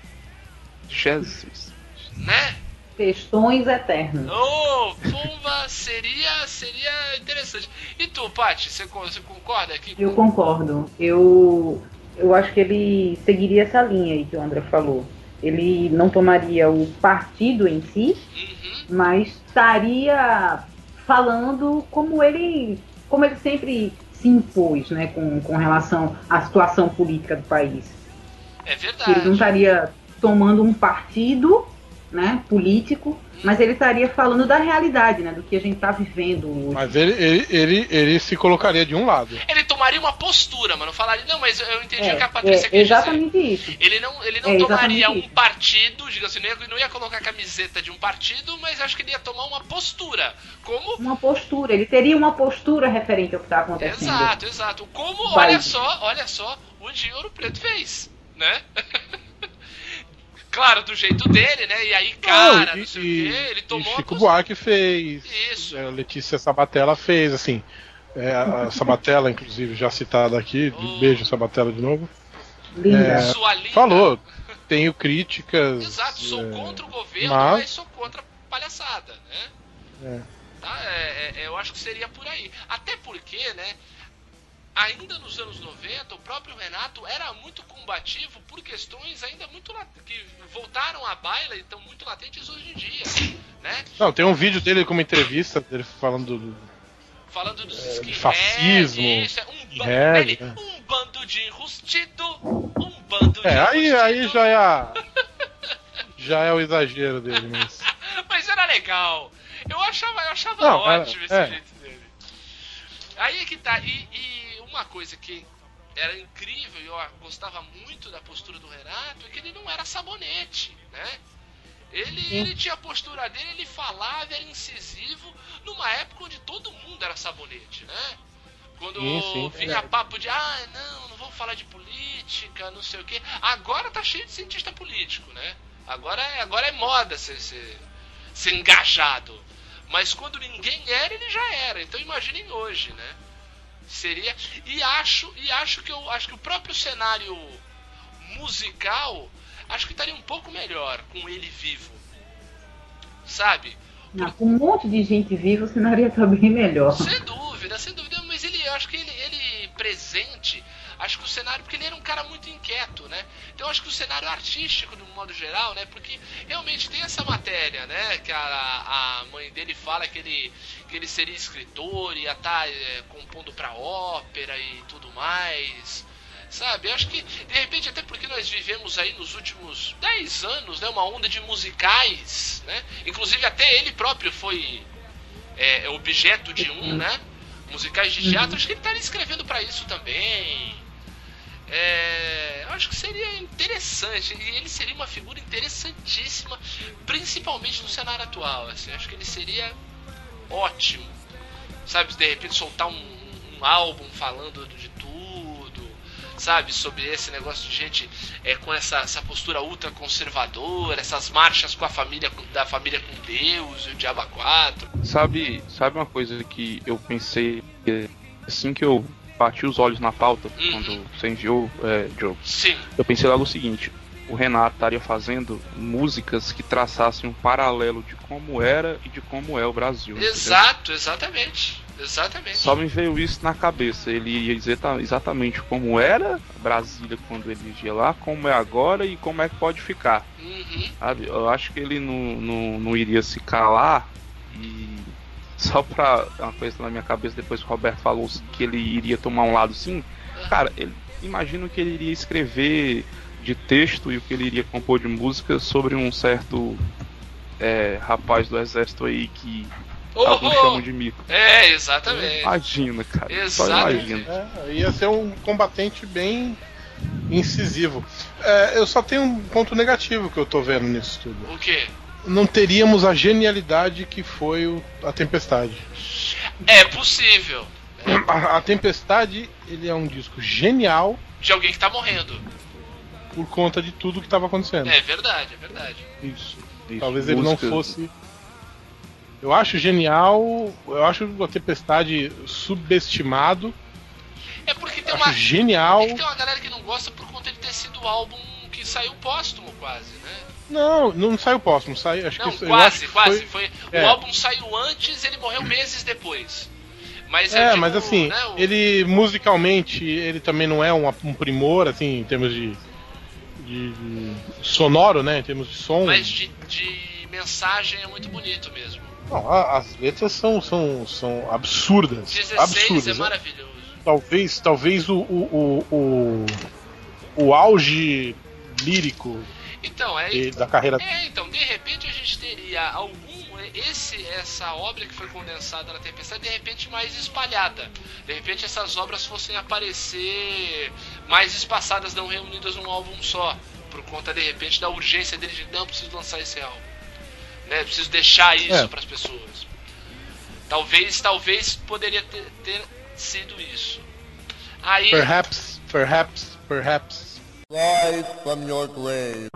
Jesus. né? Questões eternas. Ô, pomba, seria, seria interessante. E tu, Paty, você, con- você concorda aqui? Eu concordo. Eu, eu acho que ele seguiria essa linha aí que o André falou. Ele não tomaria o partido em si, Uhum. mas estaria falando como ele, como ele sempre se impôs, né, com, com relação à situação política do país. É Que ele não verdade. estaria tomando um partido né, político, mas ele estaria falando da realidade, né, do que a gente está vivendo hoje. Mas ele, ele, ele, ele se colocaria de um lado. Ele tomaria uma postura, mas não falaria. Não, mas eu entendi É, o que a Patrícia é quis exatamente dizer. isso. Ele não, ele não É tomaria exatamente um isso. partido, diga assim, não ia, não ia colocar a camiseta de um partido, mas acho que ele ia tomar uma postura. Como. Uma postura, ele teria uma postura referente ao que está acontecendo. Exato, exato. Como, Vai. olha só, olha só, o Dinho Ouro Preto fez, né? Claro, do jeito dele, né? E aí, cara, Não, não sei o quê, ele tomou e uma Chico postura. Buarque fez. Isso. A Letícia Sabatella fez, assim. É, a Sabatella, inclusive, já citada aqui. Oh. Beijo, Sabatella, de novo. Linda. É, Sua linda. Falou. Tenho críticas. Exato, sou é, contra o governo, mas- mas sou contra a palhaçada, né? É. Tá? É, é, eu acho que seria por aí. Até porque, né? Ainda nos anos noventa, o próprio Renato era muito combativo por questões ainda muito lat- que voltaram à baila e estão muito latentes hoje em dia, né? Não, tem um vídeo dele com uma entrevista dele falando do. Falando dos É, de skinhead, fascismo, isso, é um, ba- skinhead, ele, né? um bando de enrustido, um bando de É, aí, enrustido. aí já é a. Já é o exagero dele, mas. Mas era legal. Eu achava, eu achava Não, ótimo é- esse é. jeito dele. Aí é que tá. E, e uma coisa que era incrível e eu gostava muito da postura do Renato é que ele não era sabonete, né? Ele, ele tinha a postura dele, ele falava, era incisivo, numa época onde todo mundo era sabonete, né? Quando Sim, sim, vinha verdade. papo de, ah, não, não vamos falar de política, não sei o quê. Agora tá cheio de cientista político, né? Agora é, agora é moda ser, ser, ser engajado. Mas quando ninguém era, ele já era. Então imaginem hoje, né? Seria. E acho, e acho que eu acho que o próprio cenário musical acho que estaria um pouco melhor com ele vivo. Sabe? Ah, com um monte de gente viva, o cenário ia estar bem melhor. Sem dúvida, sem dúvida, mas ele, eu acho que ele, ele presente, acho que o cenário, porque ele era um cara muito inquieto, né? Então eu acho que o cenário artístico, de um modo geral, né? Porque realmente tem essa matéria, né? Que a, a mãe dele fala que ele, que ele seria escritor, ia estar é, compondo pra ópera e tudo mais. Sabe, eu acho que, de repente, até porque nós vivemos aí nos últimos dez anos, né, uma onda de musicais, né? Inclusive até ele próprio foi é, objeto de um, né? Musicais de teatro, acho que ele estaria escrevendo pra isso também. É, eu acho que seria interessante, e ele seria uma figura interessantíssima, principalmente no cenário atual, assim, acho que ele seria ótimo. Sabe, de repente soltar um, um álbum falando de tudo, sabe, sobre esse negócio de gente é, com essa, essa postura ultra conservadora, essas marchas com a família, da família com Deus e o Diabo a quatro. Sabe, sabe uma coisa que eu pensei assim que eu bati os olhos na pauta, Uhum. quando você enviou, é, Joe? Sim. Eu pensei logo o seguinte: o Renato estaria fazendo músicas que traçassem um paralelo de como era e de como é o Brasil. entendeu? Exato, exatamente. Exatamente. Só me veio isso na cabeça. Ele ia dizer tá, exatamente como era Brasília quando ele ia lá, como é agora e como é que pode ficar. Uhum. Sabe? Eu acho que ele não, não, não iria se calar. E só pra uma coisa na minha cabeça, depois que o Roberto falou que ele iria tomar um lado sim, cara, ele, imagino que ele iria escrever de texto e o que ele iria compor de música sobre um certo é, rapaz do exército aí que Oh, alguns oh. chamam de mico. É, exatamente. Imagina, cara. Só Exatamente. imagina. É, ia ser um combatente bem incisivo. É, eu só tenho um ponto negativo que eu tô vendo nisso tudo. O quê? Não teríamos a genialidade que foi o, a Tempestade. É possível. A, a Tempestade, ele é um disco genial De alguém que tá morrendo. por conta de tudo que estava acontecendo. É verdade, é verdade. Isso. isso. Talvez ele não Músicas- fosse. Eu acho genial, eu acho a Tempestade subestimado, É porque tem acho uma. genial. É que tem uma galera que não gosta por conta de ter sido o álbum que saiu póstumo, quase, né? Não, não saiu póstumo, sai, acho Não, que eu quase, acho que quase. foi- Foi... é. O álbum saiu antes, ele morreu meses depois. Mas eu É, digo, mas assim, né, o- ele musicalmente, ele também não é um, um primor, assim, em termos de, de, de sonoro, né, em termos de som. Mas de, de mensagem é muito bonito mesmo. Não, a- as letras são, são, são absurdas, dezesseis absurdas. é né? maravilhoso. Talvez, talvez o, o, o, o, o auge lírico Então, é, e da carreira. é, então, de repente a gente teria algum esse essa obra que foi condensada na Tempestade, de repente mais espalhada. De repente essas obras fossem aparecer mais espaçadas, não reunidas num álbum só, por conta de repente da urgência dele de não preciso lançar esse álbum, né? Preciso deixar isso é. para as pessoas. Talvez, talvez poderia ter, ter sido isso. Aí, Perhaps, perhaps, perhaps. Rise from your grave.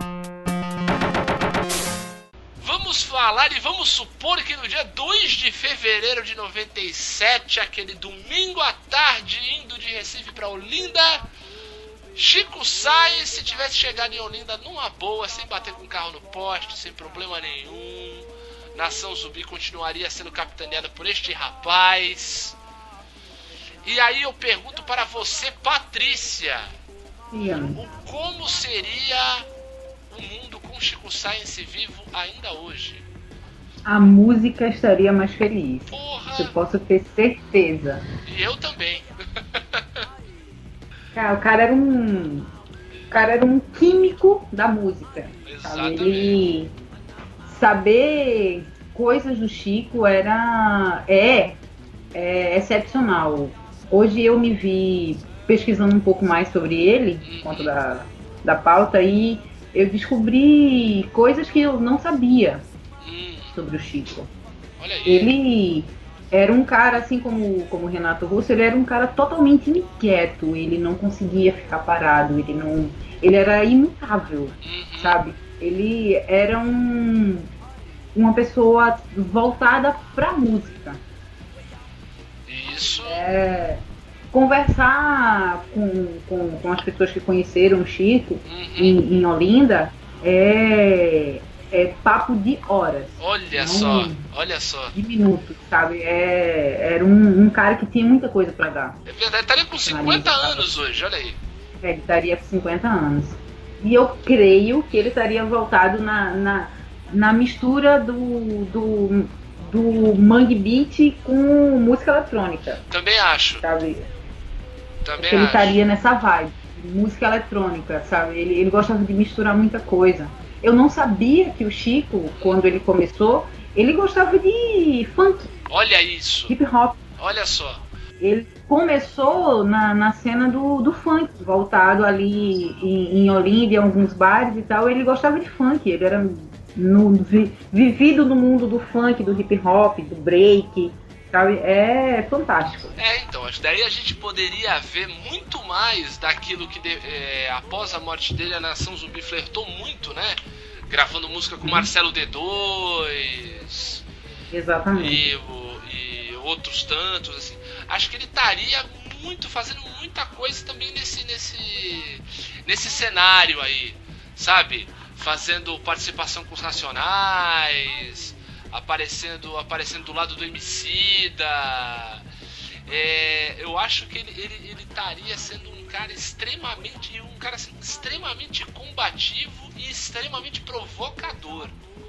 vamos falar e vamos supor que no dia dois de fevereiro de noventa e sete, aquele domingo à tarde, indo de Recife para Olinda, Chico Sainz, se tivesse chegado em Olinda numa boa, sem bater com o carro no poste, sem problema nenhum, Nação Zumbi continuaria sendo capitaneada por este rapaz. E aí eu pergunto para você, Patrícia, o como seria o mundo com Chico Sainz vivo ainda hoje? A música estaria mais feliz. Porra! Eu posso ter certeza. E eu também. Cara, o cara era um. O cara era um químico da música. Sabe? Ele saber coisas do Chico era. É, é excepcional. Hoje eu me vi pesquisando um pouco mais sobre ele, por conta da, da pauta, e eu descobri coisas que eu não sabia sobre o Chico. Olha aí. Ele era um cara, assim como, como o Renato Russo, ele era um cara totalmente inquieto, ele não conseguia ficar parado, ele não. Ele era imutável, Uhum. sabe? Ele era um, uma pessoa voltada pra música. Isso. É, conversar com, com, com as pessoas que conheceram o Chico Uhum. em, em Olinda é, é papo de horas. Olha não só, olha só. de minutos, sabe? É, era um, um cara que tinha muita coisa pra dar. É verdade, estaria com cinquenta anos hoje, olha aí. Ele estaria com cinquenta anos. E eu creio que ele estaria voltado na, na, na mistura do, do, do Mangue Beat com música eletrônica, Também acho, sabe? também Ele acho. estaria nessa vibe, música eletrônica, sabe? Ele, ele gostava de misturar muita coisa. Eu não sabia que o Chico, quando ele começou, ele gostava de funk, Olha isso, hip hop. olha só. Ele começou na, na cena do, do funk, voltado ali em, em Olinda, em alguns bares e tal. Ele gostava de funk, ele era no, vi, vivido no mundo do funk, do hip hop, do break, sabe? É fantástico. É, então, acho que daí a gente poderia ver muito mais daquilo que, de, é, após a morte dele, a Nação Zumbi flertou muito, né? Gravando música com Marcelo D dois Exatamente. e, o- e outros tantos, assim. Acho que ele estaria muito, fazendo muita coisa também nesse, nesse, nesse cenário aí, sabe? Fazendo participação com os Racionais, aparecendo, aparecendo do lado do Emicida. É, eu acho que ele ele ele estaria sendo um cara extremamente um cara assim, extremamente combativo e extremamente provocador.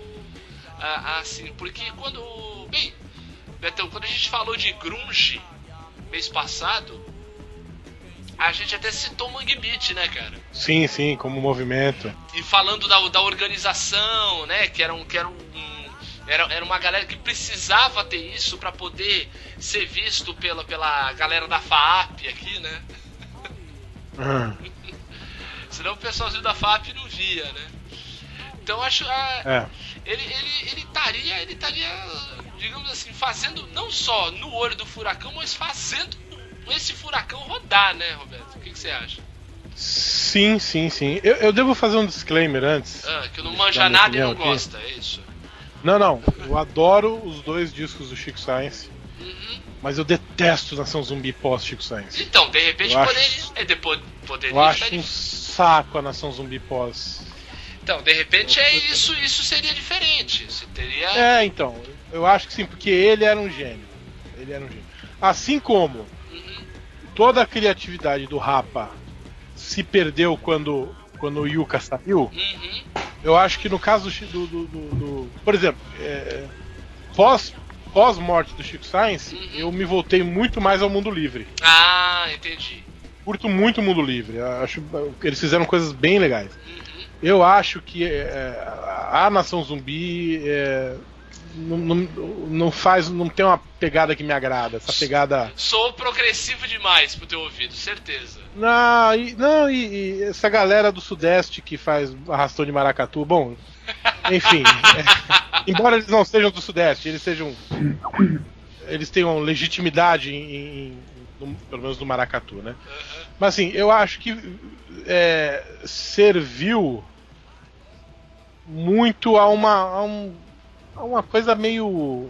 Ah, assim, porque quando, bem, Betão, quando a gente falou de grunge mês passado, a gente até citou o Mangue Beat, né, cara? Sim, sim, como movimento. E falando da, da organização, né, que era um, que era um era, era uma galera que precisava ter isso pra poder ser visto pela, pela galera da FAAP aqui, né? Ah, Senão o pessoalzinho da FAAP não via, né? Então acho ah, é. ele ele ele estaria ele estaria, digamos assim, fazendo não só no olho do furacão, mas fazendo esse furacão rodar, né, Roberto? O que, que você acha? Sim, sim, sim. Eu, eu devo fazer um disclaimer antes. Ah, que não Dar manja minha nada e não opinião aqui. gosta, é isso. Não, não. Eu adoro os dois discos do Chico Sainz, Uhum. mas eu detesto Nação Zumbi pós Chico Sainz. Então, de repente Eu acho- poderia, é, depois poderia Eu estar acho um difícil. saco a Nação Zumbi pós. Então, de repente é isso, isso seria diferente. Você teria. É, então. Eu acho que sim, porque ele era um gênio. Ele era um gênio. Assim como Uhum. toda a criatividade do Rapa se perdeu quando, quando o Yuka saiu, Uhum. eu acho que no caso do. do, do- do- por exemplo, é, pós, pós-morte do Chico Sainz, Uhum. eu me voltei muito mais ao mundo livre. Ah, entendi. Curto muito o mundo livre. Eu acho que eles fizeram coisas bem legais. Uhum. eu acho que é, a Nação Zumbi é, não, não, não faz, não tem uma pegada que me agrada. Essa pegada. Sou progressivo demais pro teu ouvido, certeza. Não, e, não, e, e essa galera do Sudeste que faz arrastão de maracatu, bom, enfim. É, embora eles não sejam do Sudeste, eles sejam. Eles tenham legitimidade em, em, no, pelo menos no maracatu, né? Uhum. Mas assim, eu acho que é, serviu muito a uma, a, um, a uma coisa meio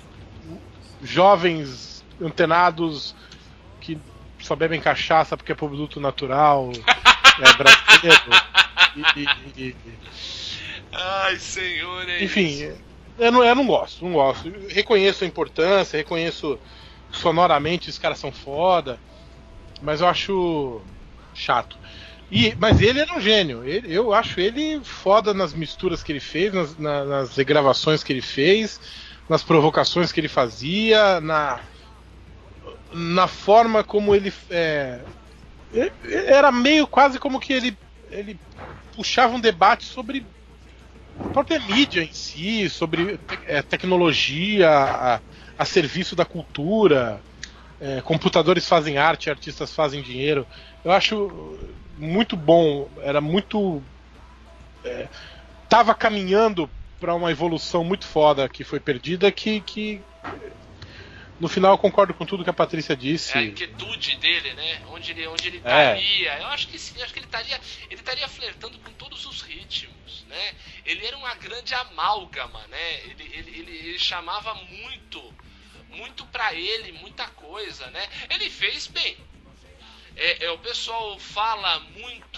jovens antenados que só bebem cachaça porque é produto natural, é brasileiro. e, e, e, Ai, senhor, é enfim, isso. Eu, não, eu não gosto, não gosto. Eu reconheço a importância, reconheço sonoramente os caras são foda, mas eu acho chato. E, mas ele era um gênio. Ele, eu acho ele foda nas misturas que ele fez, nas, na, nas regravações que ele fez, nas provocações que ele fazia, na, na forma como ele, é, era meio quase como que ele, ele puxava um debate sobre a própria mídia em si, sobre é, tecnologia a, a serviço da cultura. É, computadores fazem arte, artistas fazem dinheiro. Eu acho muito bom, era muito é, tava caminhando para uma evolução muito foda que foi perdida, que, que no final eu concordo com tudo que a Patrícia disse. É a inquietude dele, né? Onde ele, onde ele estaria. É. Eu acho que sim, acho que ele estaria, ele estaria flertando com todos os ritmos, né? Ele era uma grande amálgama, né? Ele, ele, ele, ele chamava muito, muito pra ele, muita coisa, né? Ele fez bem. É, é, o pessoal fala muito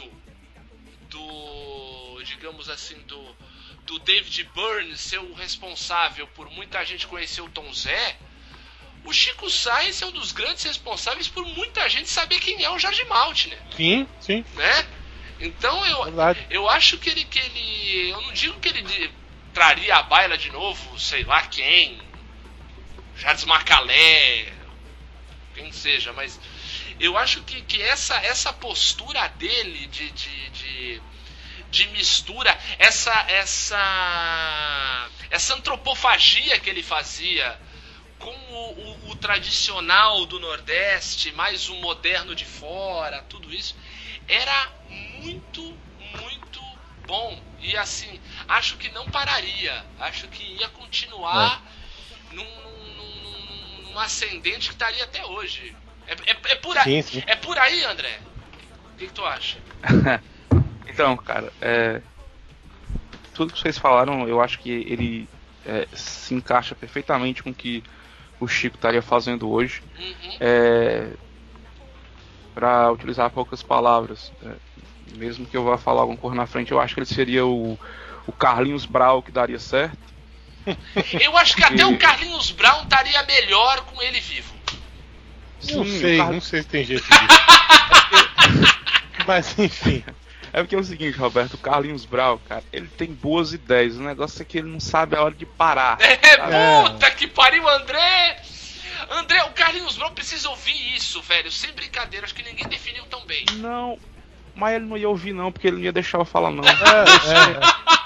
do, digamos assim, do, do David Byrne ser o responsável por muita gente conhecer o Tom Zé. O Chico Science é um dos grandes responsáveis por muita gente saber quem é o Jorge Maltner. Sim, sim. Né? Então eu, eu acho que ele, que ele. Eu não digo que ele traria à baila de novo, sei lá quem. Jardim Macalé, quem seja, mas eu acho que, que essa, essa postura dele de, de, de, de mistura, essa, essa, essa antropofagia que ele fazia com o, o, o tradicional do Nordeste, mais o moderno de fora, tudo isso, era muito, muito bom. E assim, acho que não pararia, acho que ia continuar é. num, num, num ascendente que estaria até hoje. É, é, é, por, aí, sim, sim. é por aí, André? O que, que tu acha? Então, cara, é, tudo que vocês falaram, eu acho que ele é, se encaixa perfeitamente com o que o Chico estaria fazendo hoje. Uhum. É, para utilizar poucas palavras, é, mesmo que eu vá falar alguma coisa na frente, eu acho que ele seria o, o Carlinhos Brau que daria certo. Eu acho que até e... o Carlinhos Brown estaria melhor com ele vivo. Não Sim, sei, Car... não sei se tem jeito disso. Mas enfim. É porque é o seguinte, Roberto, o Carlinhos Brau, cara, ele tem boas ideias. O negócio é que ele não sabe a hora de parar. É, puta que pariu, André! André, o Carlinhos Brau precisa ouvir isso, velho. Sem brincadeira, acho que ninguém definiu tão bem. Não, mas ele não ia ouvir não, porque ele não ia deixar eu falar não. É, é.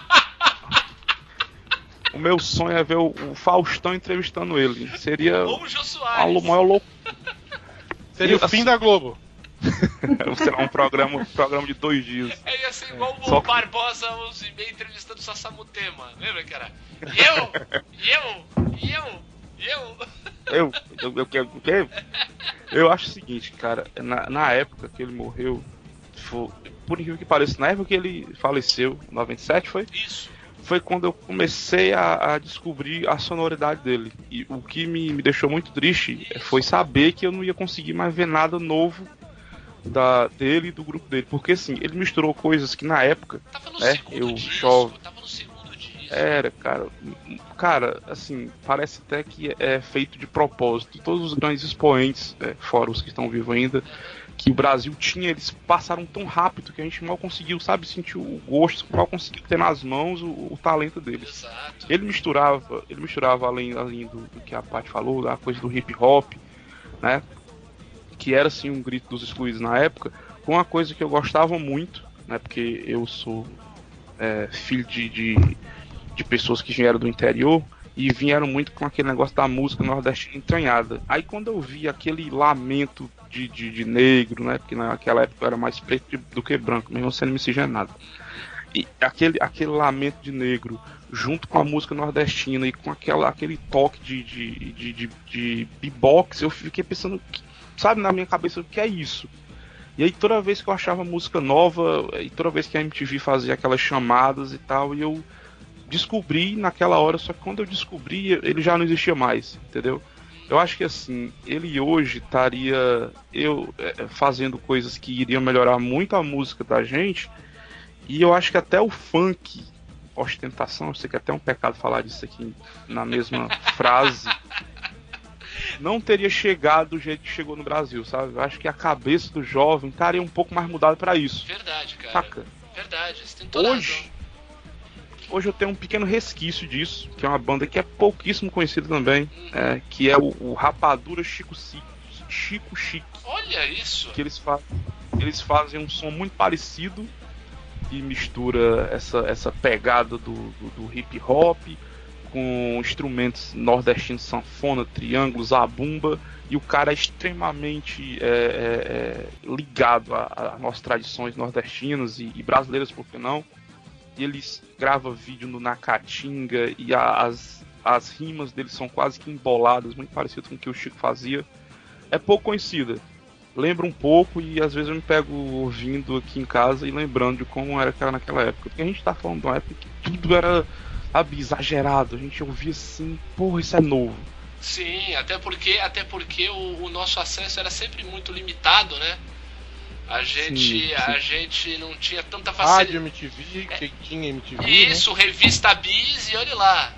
O meu sonho é ver o, o Faustão entrevistando ele. Seria Ou o Jô Soares. a maior loucura. Seria e, o fim assim, da Globo. Será um programa, um programa de dois dias. É, ia ser igual o Só... Barbosa os e-mails entrevistando o Sassamo Tema. Lembra, cara? E eu, e eu, e eu, e eu. Eu, eu, eu, eu, eu, eu acho o seguinte, cara, na, na época que ele morreu, foi, por incrível que pareça, na época que ele faleceu, em noventa e sete, foi? Isso. Foi quando eu comecei a, a descobrir a sonoridade dele. E o que me, me deixou muito triste foi saber que eu não ia conseguir mais ver nada novo da, dele e do grupo dele. Porque assim, ele misturou coisas que na época, tava no né, segundo eu disco, chove. Tava no segundo disco. Era, cara. Cara, assim, parece até que é feito de propósito. Todos os grandes expoentes, é, fora os que estão vivos ainda, que o Brasil tinha, eles passaram tão rápido que a gente mal conseguiu, sabe, sentir o gosto, mal conseguiu ter nas mãos o, o talento deles. Exato. Ele misturava, ele misturava além, além do, do que a Paty falou, da coisa do hip hop, né, que era assim um grito dos excluídos na época, com uma coisa que eu gostava muito, né, porque eu sou é, filho de, de, de pessoas que vieram do interior e vieram muito com aquele negócio da música nordestina entranhada. Aí quando eu vi aquele lamento de, de, de negro, né, porque naquela época eu era mais preto do que branco, mesmo sendo miscigenado, e aquele, aquele lamento de negro junto com a música nordestina e com aquela, aquele toque de, de, de, de, de beatbox, eu fiquei pensando, sabe, na minha cabeça, o que é isso? E aí toda vez que eu achava música nova, e toda vez que a M T V fazia aquelas chamadas e tal, e eu descobri naquela hora, só que quando eu descobri, ele já não existia mais, entendeu? Eu acho que assim, ele hoje estaria eu é, fazendo coisas que iriam melhorar muito a música da gente, e eu acho que até o funk, ostentação, eu sei que é até um pecado falar disso aqui na mesma frase, não teria chegado do jeito que chegou no Brasil, sabe? Eu acho que a cabeça do jovem estaria um pouco mais mudada pra isso. Verdade, cara. Saca? Verdade, você tem toda Hoje, razão. hoje eu tenho um pequeno resquício disso, que é uma banda que é pouquíssimo conhecida também, Uhum. é, que é o, o Rapadura Chico Chique. Chico Chique. Olha isso. Que eles, fa eles fazem um som muito parecido, que mistura essa, essa pegada do, do, do hip hop com instrumentos nordestinos, sanfona, triângulo, zabumba, e o cara é extremamente é, é, é, ligado às nossas tradições nordestinas e, e brasileiras, por que não? E eles gravam vídeo no Nacatinga e a, as, as rimas deles são quase que emboladas, muito parecido com o que o Chico fazia. É pouco conhecida. Lembra um pouco e às vezes eu me pego ouvindo aqui em casa e lembrando de como era que era naquela época. Porque a gente tá falando de uma época que tudo era, sabe, exagerado. A gente ouvia assim, porra, isso é novo. Sim, até porque, até porque o, o nosso acesso era sempre muito limitado, né? A gente, Sim, sim. a gente não tinha tanta Rádio facilidade. M T V, que tinha M T V. Isso, revista Bis e olha lá.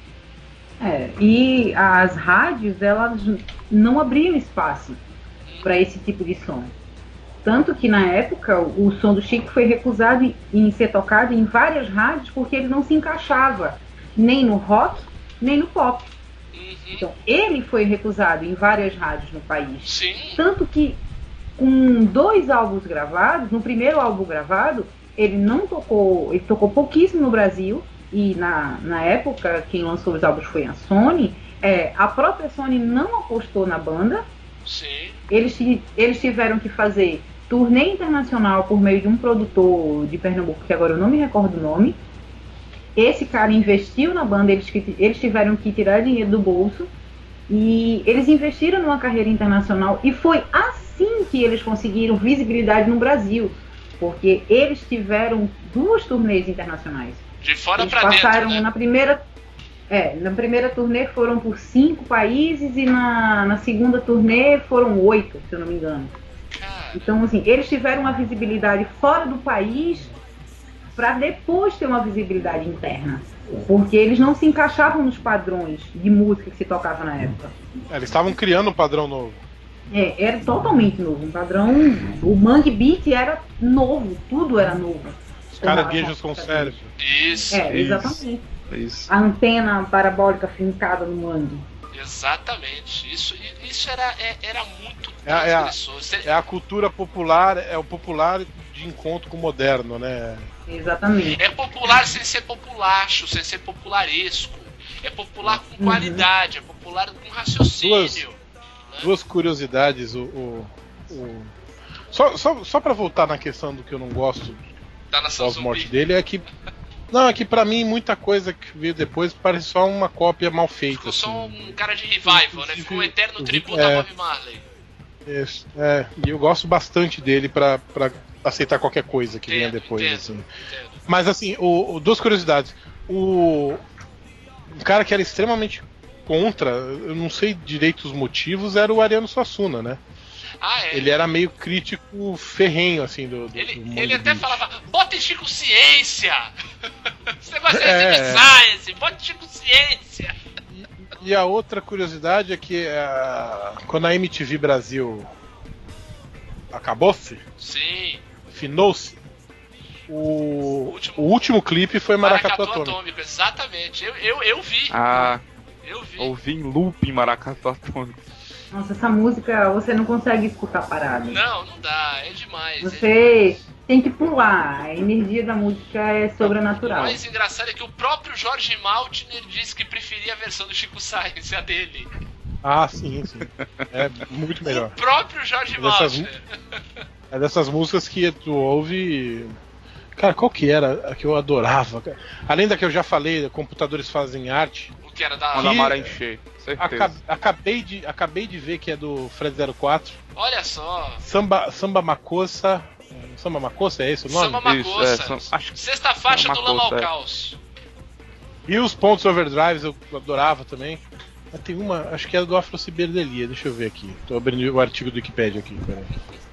É, e as rádios, elas não abriam espaço para esse tipo de som. Tanto que na época o som do Chico foi recusado em ser tocado em várias rádios porque ele não se encaixava nem no rock, nem no pop. Uhum. Então ele foi recusado em várias rádios no país. Sim. Tanto que com dois álbuns gravados, no primeiro álbum gravado, ele não tocou, ele tocou pouquíssimo no Brasil, e na, na época quem lançou os álbuns foi a Sony. É, a própria Sony não apostou na banda. Sim. Eles, eles tiveram que fazer turnê internacional por meio de um produtor de Pernambuco, que agora eu não me recordo o nome. Esse cara investiu na banda, eles, eles tiveram que tirar dinheiro do bolso, e eles investiram numa carreira internacional, e foi assim que eles conseguiram visibilidade no Brasil, porque eles tiveram duas turnês internacionais. De fora Eles pra passaram dentro, né? na primeira É, na primeira turnê foram por cinco países e na, na segunda turnê foram oito, se eu não me engano. Cara, Então, assim, eles tiveram uma visibilidade fora do país para depois ter uma visibilidade interna. Porque eles não se encaixavam nos padrões de música que se tocava na época. É, eles estavam criando um padrão novo. É, era totalmente novo. Um padrão. O Mangue Beat era novo, tudo era novo. Os caranguejos com cérebro. isso, É, Isso. exatamente. É isso. A antena parabólica fincada no mangue. exatamente. Isso, isso era, é- era muito É a- é a- transgressor. Você- É a cultura popular, é o popular de encontro com o moderno, né? Exatamente. É popular sem ser populacho, sem ser popularesco. É popular com Uhum. qualidade, é popular com raciocínio. Duas curiosidades, o. o, o- Só, só, só pra voltar na questão do que eu não gosto Da nação pós-morte zumbi. dele, é que. Não, é que pra mim muita coisa que veio depois parece só uma cópia mal feita. Ficou só assim. um cara de revival, né? Ficou um eterno Inclusive, tributo é. a Bob Marley. Isso, é, e eu gosto bastante dele pra, pra aceitar qualquer coisa que venha Entendo, depois. entendo, Assim. entendo. Mas assim, o, o- duas curiosidades. O um cara que era extremamente contra, eu não sei direito os motivos, era o Ariano Suassuna, né? Ah, é. Ele era meio crítico ferrenho, assim, do, do, Ele, do mundo ele até beat. falava, bota em Chico Ciência! Esse negócio É. é de science, bota em Chico Ciência! E a outra curiosidade é que ah, quando a M T V Brasil acabou-se, Sim, finou-se, o, O último- o último clipe foi Maracatu Maracatu Atômico. Atômico, exatamente. Eu, eu, eu vi, Ah, eu vi. ouvi em loop em Maracatu Atômico. Nossa, essa música você não consegue escutar parada. Não, não dá, é demais. é demais. Você tem que pular. A energia da música é O sobrenatural. mais engraçado é que o próprio Jorge Maltner disse que preferia a versão do Chico Sainz, a dele. Ah, sim, sim. É muito melhor. O próprio Jorge Dessas Maltner. É dessas músicas que tu ouve. Cara, qual que era a que eu adorava? cara? Além da que eu já falei, Computadores Fazem Arte. O que era da... Quando a Que- maré encher. Certeza. Aca- acabei, de, acabei de ver que é do Fred zero quatro. Olha só. Samba, Samba Macossa. Samba Macossa, é esse o nome? Samba Isso, Macossa. é, são- acho que- Sexta faixa Samba do Lama ao Macossa, é. Caos. E os Pontos Overdrives eu adorava também. Mas tem uma, acho que era do Afro Ciberdelia, deixa eu ver aqui. Tô abrindo o artigo do Wikipedia aqui, peraí.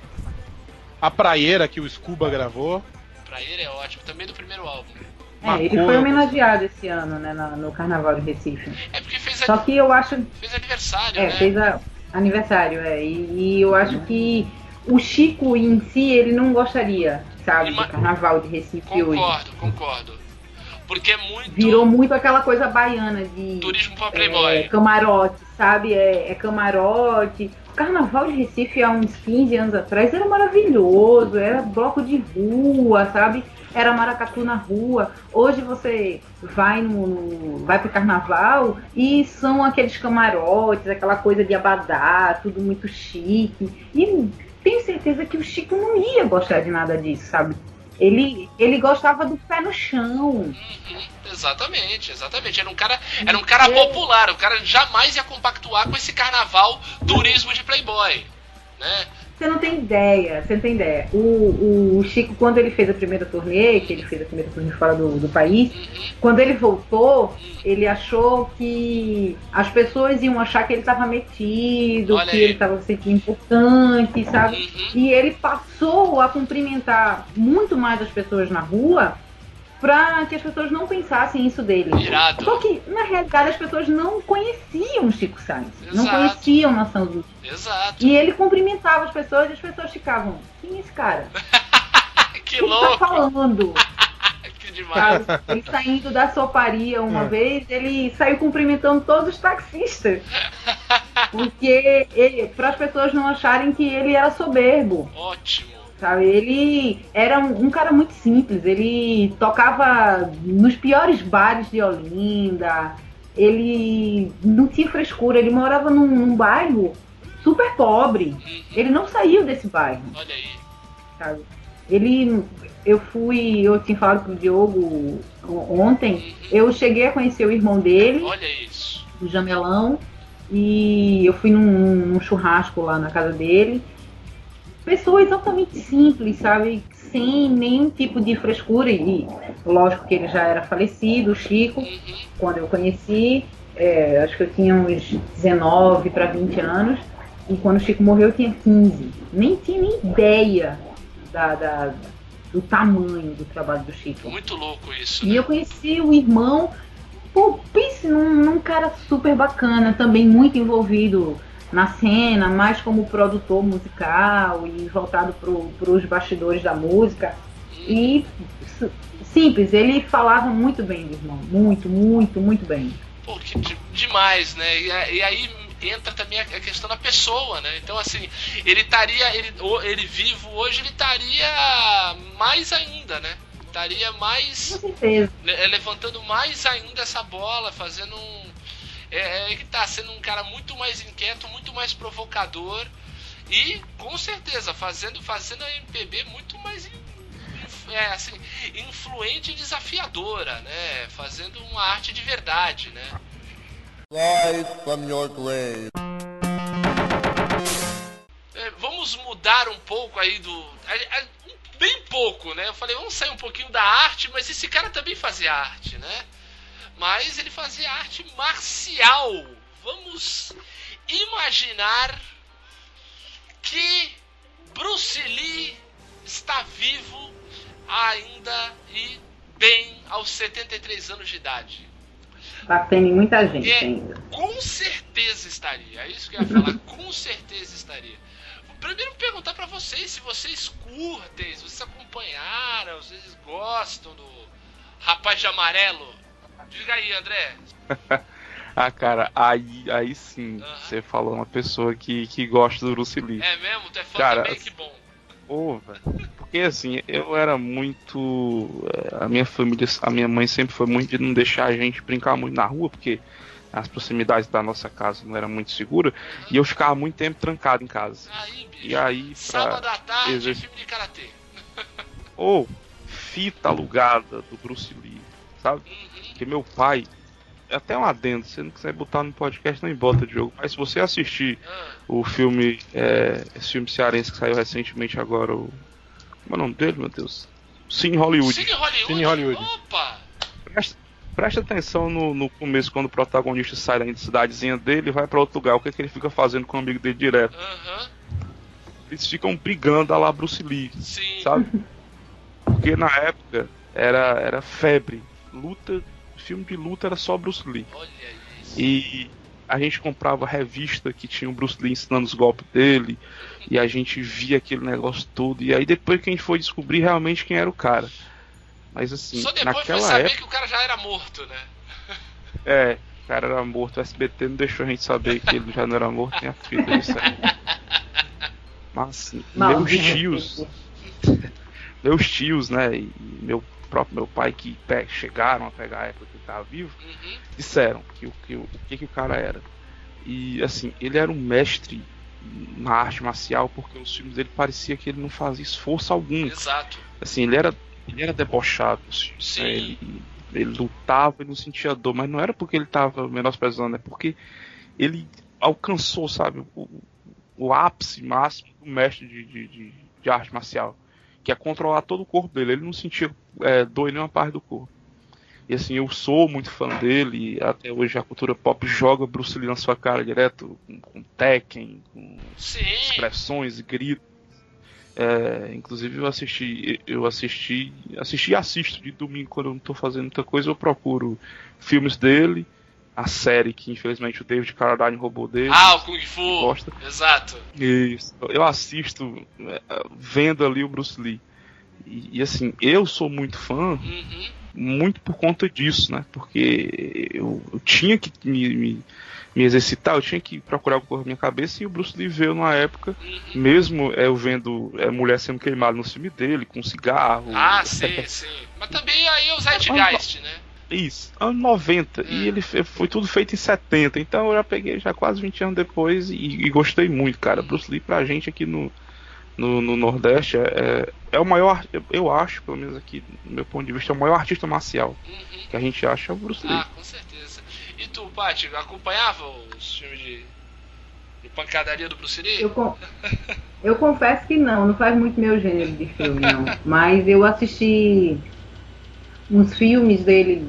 A Praieira que o Scuba gravou. Pra ele é ótimo. Também do primeiro álbum. É, ele Maconha, foi homenageado esse ano, né, na- no Carnaval de Recife. É porque fez, Só a... que eu acho. fez aniversário, É, né? fez a- aniversário, é. E, e eu acho que o Chico em si, ele não gostaria, sabe, Ima- do Carnaval de Recife hoje. Concordo, concordo. Porque é muito Virou muito aquela coisa baiana de turismo pra é, Playboy. camarote, sabe? É, é camarote. O Carnaval de Recife há uns quinze anos atrás era maravilhoso, era bloco de rua, sabe? Era maracatu na rua. Hoje você vai no, no vai pro Carnaval e são aqueles camarotes, aquela coisa de abadá, tudo muito chique. E tenho certeza que o Chico não ia gostar de nada disso, sabe? Ele, ele gostava do pé no chão. Uhum, exatamente, exatamente. Era um cara, era um cara popular. O cara jamais ia compactuar com esse carnaval turismo de Playboy, né? Você não tem ideia, você não tem ideia. O, o Chico, quando ele fez a primeira turnê, que ele fez a primeira turnê fora do, do país, Uhum. quando ele voltou, ele achou que as pessoas iam achar que ele estava metido, Olha que aí. ele estava se sentindo importante, sabe? Uhum. E ele passou a cumprimentar muito mais as pessoas na rua para que as pessoas não pensassem isso dele. Irado. Só que, na realidade, as pessoas não conheciam o Chico Sainz, não Exato. conheciam Nação Zumbi. Exato. E ele cumprimentava as pessoas e as pessoas ficavam, quem é esse cara? Que O que ele tá louco. falando? Que demais. Sabe? Ele saindo da soparia uma É. vez, ele saiu cumprimentando todos os taxistas. Porque para as pessoas não acharem que ele era soberbo. Ótimo. Sabe? Ele era um, um cara muito simples. Ele tocava nos piores bares de Olinda. Ele não tinha frescura. Ele morava num, num bairro super pobre. Uhum. Ele não saiu desse bairro. Olha aí. Sabe? Ele, eu fui, eu tinha falado pro Diogo ontem, eu cheguei a conhecer o irmão dele, Olha isso. o Jamelão, e eu fui num, num churrasco lá na casa dele. Pessoas altamente simples, sabe? Sem nenhum tipo de frescura, e lógico que ele já era falecido, o Chico, Uhum. quando eu conheci, é, acho que eu tinha uns dezenove para vinte anos, e quando o Chico morreu eu tinha quinze. Nem tinha nem ideia da, da- do tamanho do trabalho do Chico. Muito louco isso. E Né? eu conheci o irmão, pô, pense num, num cara super bacana, também muito envolvido na cena, mais como produtor musical e voltado para os bastidores da música. E s- simples, ele falava muito bem do irmão, muito, muito, muito bem. Pô, que de- demais, né? E, a- e aí entra também a a questão da pessoa, né? Então, assim, ele estaria, ele, o- ele vivo hoje, ele estaria mais ainda, né? Estaria mais Com certeza. le- levantando mais ainda essa bola, fazendo um. É, é que tá sendo um cara muito mais inquieto, muito mais provocador e com certeza fazendo, fazendo a M P B muito mais in- in- é, assim, influente e desafiadora, né? Fazendo uma arte de verdade, né? Rise from your grave. É, vamos mudar um pouco aí do. a- a- bem pouco, né? Eu falei, vamos sair um pouquinho da arte, mas esse cara também fazia arte, né? Mas ele fazia arte marcial. Vamos imaginar que Bruce Lee está vivo ainda e bem aos setenta e três anos de idade. Batendo em muita gente É, ainda. com certeza estaria. É isso que eu ia falar. Com certeza estaria. Primeiro perguntar pra vocês se vocês curtem, se vocês acompanharam, se vocês gostam do Rapaz de Amarelo. Diga aí, André. Ah, cara, aí, aí sim, Aham. você falou uma pessoa que, que gosta do Bruce Lee. É mesmo? Tu é fã Cara, também? Que bom. Pô, velho. Porque assim, eu era muito. A minha família, a minha mãe sempre foi muito de não deixar a gente brincar muito na rua, porque as proximidades da nossa casa não eram muito seguras, e eu ficava muito tempo trancado em casa. Aí, bicho. E aí, pra Sábado à tarde, exer- filme de karatê. Ou fita alugada do Bruce Lee, sabe? Uhum. Porque meu pai, é até um adendo, se você não quiser botar no podcast, não bota de jogo. Mas se você assistir Ah, o filme, é, esse filme cearense que saiu recentemente agora, o. Como é o nome dele, meu Deus? Cine Hollywood. Cine Hollywood? Cine Hollywood. Opa! Presta, presta atenção no, no começo, quando o protagonista sai da cidadezinha dele e vai pra outro lugar. O que, é que ele fica fazendo com o amigo dele direto? Aham, Eles ficam brigando a lá Bruce Lee, sim. sabe? Porque na época era, era febre. Luta, filme de luta era só Bruce Lee. Olha isso. E a gente comprava revista que tinha o Bruce Lee ensinando os golpes dele. E a gente via aquele negócio todo. E aí depois que a gente foi descobrir realmente quem era o cara. Mas assim, Só depois foi naquela saber época. que o cara já era morto, né? É, o cara era morto. O S B T não deixou a gente saber que ele já não era morto, nem a fita disso aí. Mas assim, meus Maldito. tios. Meus tios, né? E meu próprio meu pai que pe- chegaram a pegar a época que ele estava vivo, Uhum. disseram que, o que, o que, que o cara era. E assim, ele era um mestre na arte marcial, porque os filmes dele parecia que ele não fazia esforço algum. Exato. Assim, ele era, ele era debochado nos filmes, Sim. né? ele, ele lutava e não sentia dor, mas não era porque ele estava menosprezando, é porque ele alcançou, sabe, o, o ápice máximo do mestre de, de, de, de arte marcial, que é controlar todo o corpo dele. Ele não sentia é, dor em nenhuma parte do corpo. E assim, eu sou muito fã dele, e até hoje a cultura pop joga Bruce Lee na sua cara direto, com, com Tekken, com Sim. expressões e gritos. É, inclusive eu assisti, eu assisti, assisti e assisto de domingo quando eu não tô fazendo muita coisa, eu procuro filmes dele, a série que infelizmente o David Carradine roubou dele. Ah, o Kung Fu. Gosta. Exato. Isso. Eu assisto é, vendo ali o Bruce Lee. E, e assim, eu sou muito fã, Uhum. muito por conta disso, né? Porque eu, eu tinha que me, me, me exercitar, eu tinha que procurar o corpo da minha cabeça, e o Bruce Lee veio numa época, Uhum. mesmo é, eu vendo é, mulher sendo queimada no filme dele, com cigarro. Ah, sim, sim. Mas também aí é o Zeitgeist, né? Isso, anos noventa, Hum. e ele fe- foi tudo feito em setenta, então eu já peguei já quase vinte anos depois e, e gostei muito, cara. Bruce Lee pra gente aqui no, no, no Nordeste é, é, é o maior, eu, eu acho, pelo menos aqui do meu ponto de vista, é o maior artista marcial Uhum. que a gente acha é o Bruce Lee. Ah, com certeza. E tu, Paty, acompanhava os filmes de, de pancadaria do Bruce Lee? Eu, con- eu confesso que não, não faz muito meu gênero de filme, não. Mas eu assisti uns filmes dele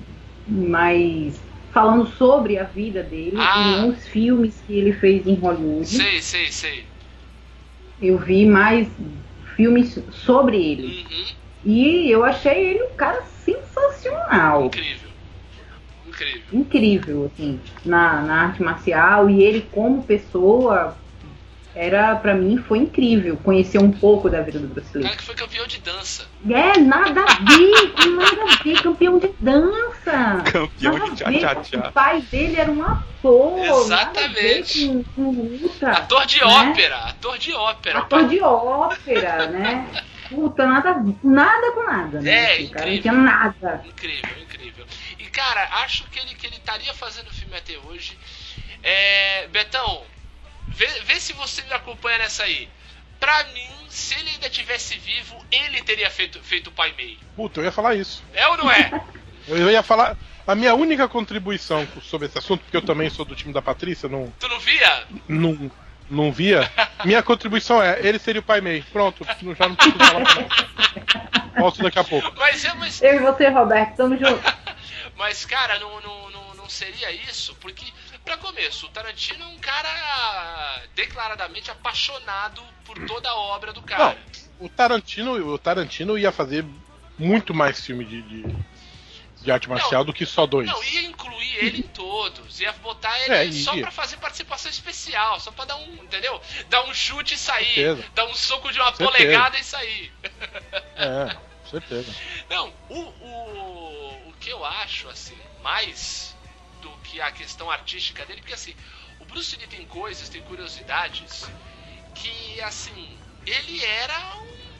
mais falando sobre a vida dele, Ah. e uns filmes que ele fez em Hollywood. Sei, sei, sei. Eu vi mais filmes sobre ele. Uhum. E eu achei ele um cara sensacional. Incrível. Incrível. Incrível, assim, na, na arte marcial. E ele como pessoa, era, pra mim, foi incrível conhecer um pouco da vida do Bruce O Lee. cara que foi campeão de dança. É, nada a ver, nada a ver, campeão de dança. Campeão Nada de a ver, tchá-tchá-tchá. O pai dele era um ator. Exatamente. Nada a ver com, com luta. Ator de né? ópera. Ator de ópera. Ator de ópera, né? Puta, nada, nada com nada, né? É, Esse cara não incrível. tinha nada. Incrível, incrível. E cara, acho que ele que ele estaria fazendo filme até hoje. É, Betão, vê, vê se você me acompanha nessa aí. Pra mim, se ele ainda tivesse vivo, ele teria feito, feito o Pai Mei. Puta, eu ia falar isso. É ou não é? Eu ia falar. A minha única contribuição sobre esse assunto, porque eu também sou do time da Patrícia, não, Tu não via? não, não via. Minha contribuição é: ele seria o Pai Mei. Pronto, não- já não preciso falar mais. Volto daqui a pouco. Mas é, mas, Eu e você, Roberto, tamo junto. mas cara, não, não, não, não seria isso, porque, pra começo, o Tarantino é um cara declaradamente apaixonado por toda a obra do cara. Não, o Tarantino, o Tarantino ia fazer muito mais filme de, de, de arte marcial do que só dois. Não, ia incluir ele em todos, ia botar ele É, só ia. pra fazer participação especial, só pra dar um, entendeu? Dar um chute e sair, Certeza. dar um soco de uma Certeza. polegada e sair. É, com certeza. Não, o, o, o que eu acho, assim, mais do que a questão artística dele, porque assim, o Bruce Lee tem coisas, tem curiosidades que, assim, ele era um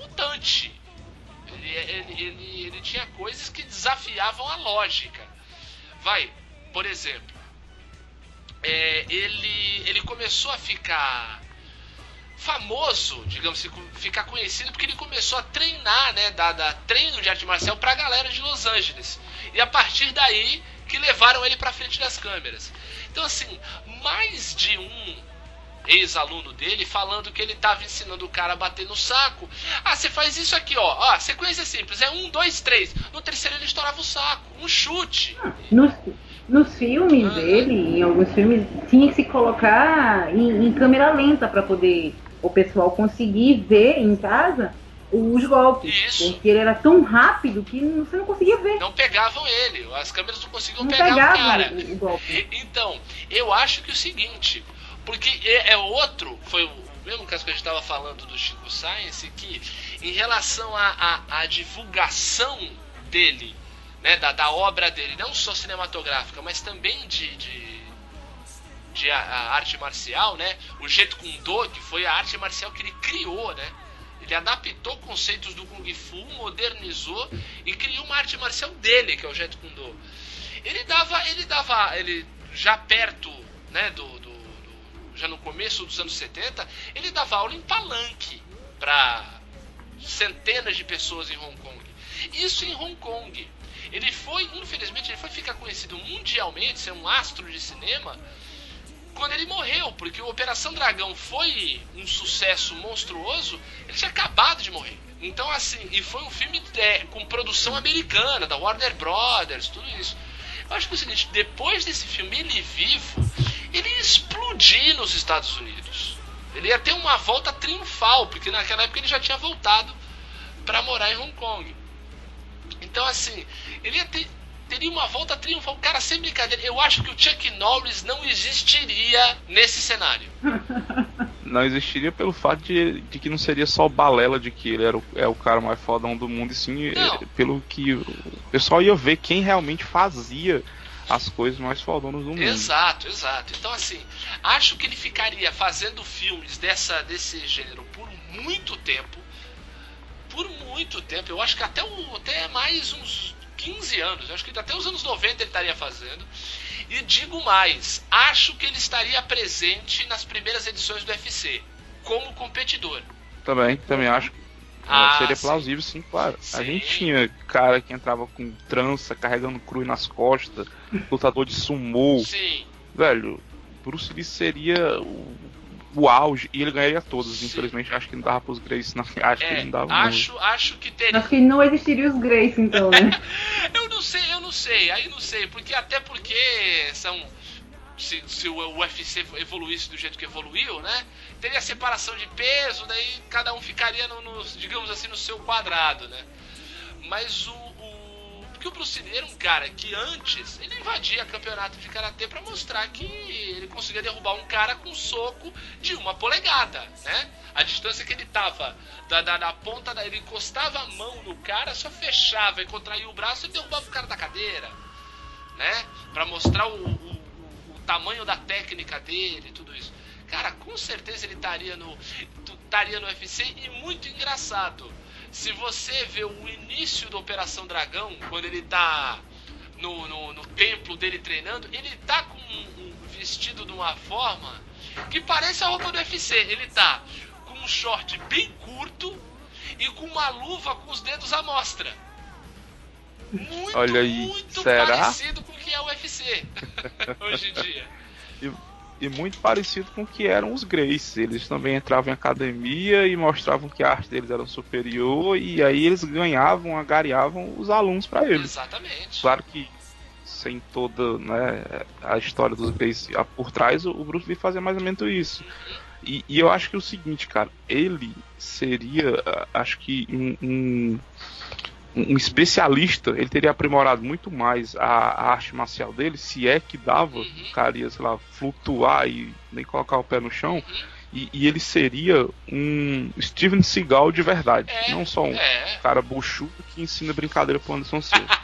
mutante. Ele, ele, ele, ele tinha coisas que desafiavam a lógica. Vai, por exemplo, é, ele, ele começou a ficar famoso, digamos assim, ficar conhecido porque ele começou a treinar, né, dar, dar treino de arte marcial pra galera de Los Angeles. E a partir daí que levaram ele pra frente das câmeras. Então, assim, mais de um ex-aluno dele falando que ele tava ensinando o cara a bater no saco. Ah, você faz isso aqui, ó. Ó, a sequência é simples, é um, dois, três. No terceiro ele estourava o saco. Um chute. Nos, nos filmes ah. dele, em alguns filmes, tinha que se colocar em, em câmera lenta pra poder o pessoal conseguir ver em casa os golpes. Isso. Porque ele era tão rápido que você não conseguia ver. Não pegavam ele. As câmeras não conseguiam não pegar o cara. O, o golpe. Então, eu acho que é o seguinte, porque é, é outro, foi o mesmo caso que a gente estava falando do Chico Science, que em relação à divulgação dele, né, da, da obra dele, não só cinematográfica, mas também de, de, de a, a arte marcial, né, o Jeet Kune Do, que foi a arte marcial que ele criou, né, ele adaptou conceitos do Kung Fu, modernizou e criou uma arte marcial dele, que é o Jeet Kune Do. Ele dava, ele dava, ele já perto, né, do, do, do já no começo dos anos setenta, ele dava aula em palanque para centenas de pessoas em Hong Kong. Isso em Hong Kong. Ele foi, infelizmente, ele foi ficar conhecido mundialmente, ser um astro de cinema, quando ele morreu, porque o Operação Dragão foi um sucesso monstruoso, ele tinha acabado de morrer. Então, assim, e foi um filme é, com produção americana, da Warner Brothers, tudo isso. Eu acho que é o seguinte, depois desse filme, ele vivo, ele ia explodir nos Estados Unidos. Ele ia ter uma volta triunfal, porque naquela época ele já tinha voltado para morar em Hong Kong. Então, assim, ele ia ter... teria uma volta triunfal. Cara, sem brincadeira, eu acho que o Chuck Norris não existiria nesse cenário. Não existiria pelo fato de, de que não seria só balela de que ele era o, é o cara mais fodão do mundo, e sim é, pelo que o pessoal ia ver quem realmente fazia as coisas mais fodonas do mundo. Exato, exato. Então, assim, acho que ele ficaria fazendo filmes dessa, desse gênero por muito tempo. Por muito tempo. Eu acho que até, o, até mais uns quinze anos, eu acho que até os anos noventa ele estaria fazendo. E digo mais, acho que ele estaria presente nas primeiras edições do U F C, como competidor. Também, também acho. Ah, seria sim. plausível, sim, claro. Sim. A gente tinha cara que entrava com trança, carregando cruz nas costas, lutador de sumô. Sim. Velho, Bruce Lee seria o, o auge, e ele ganharia todas. Sim. Infelizmente, acho que não dava pros Grace, não. Acho é, que ele não dava. Acho, acho que teria. Acho que não existiria os Grace, então, né? eu não sei, eu não sei, aí não sei, porque até porque são. Se, se o U F C evoluísse do jeito que evoluiu, né? Teria separação de peso, daí cada um ficaria no, no digamos assim, no seu quadrado, né? Mas o, o porque o Bruce Lee era um cara que antes ele invadia campeonato de karatê pra mostrar que ele conseguia derrubar um cara com um soco de uma polegada, né? A distância que ele tava da, da, da ponta, da, ele encostava a mão no cara, só fechava e contraía o braço e derrubava o cara da cadeira, né? Pra mostrar o, o, o tamanho da técnica dele, tudo isso. Cara, com certeza ele estaria no estaria no U F C. E muito engraçado, se você vê o início da Operação Dragão, quando ele tá no, no, no templo dele treinando, ele tá com um, um vestido de uma forma que parece a roupa do U F C. Ele tá com um short bem curto e com uma luva com os dedos à mostra. Muito, Olha aí, muito será? parecido com o que é o U F C hoje em dia. E, e muito parecido com o que eram os Grace. Eles também entravam em academia e mostravam que a arte deles era superior, e aí eles ganhavam, agariavam os alunos para eles. Exatamente. Claro que sem toda, né, a história dos Grace por trás, o Bruce Lee fazia mais ou menos isso. E, e eu acho que é o seguinte, cara, ele seria, acho que um, um, um especialista, ele teria aprimorado muito mais a, a arte marcial dele, se é que dava, uhum. O cara ia, sei lá, flutuar e nem colocar o pé no chão, uhum. e, e ele seria um Steven Seagal de verdade, é, não só um é. cara buchudo que ensina brincadeira pro Anderson Silva.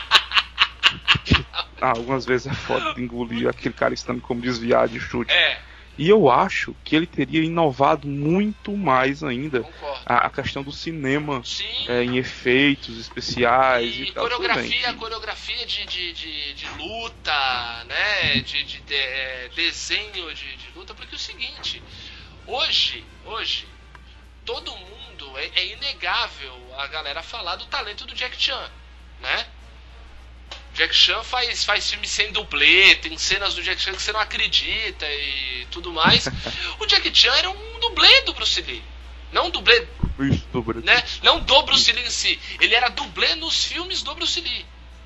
Ah, algumas vezes é foda de engolir aquele cara estando como desviar de chute. É. E eu acho que ele teria inovado muito mais ainda. Concordo. a, a questão do cinema é, em efeitos especiais e, e tal. coreografia, coreografia de, de, de, de luta, né? De, de, de é, desenho de, de luta, porque é o seguinte, hoje, hoje, todo mundo, é, é inegável a galera falar do talento do Jack Chan, né? Jack Chan faz, faz filme sem dublê, tem cenas do Jack Chan que você não acredita e tudo mais. O Jack Chan era um dublê do Bruce Lee. Não dublê, né? Não do Bruce Lee em si. Ele era dublê nos filmes do Bruce Lee,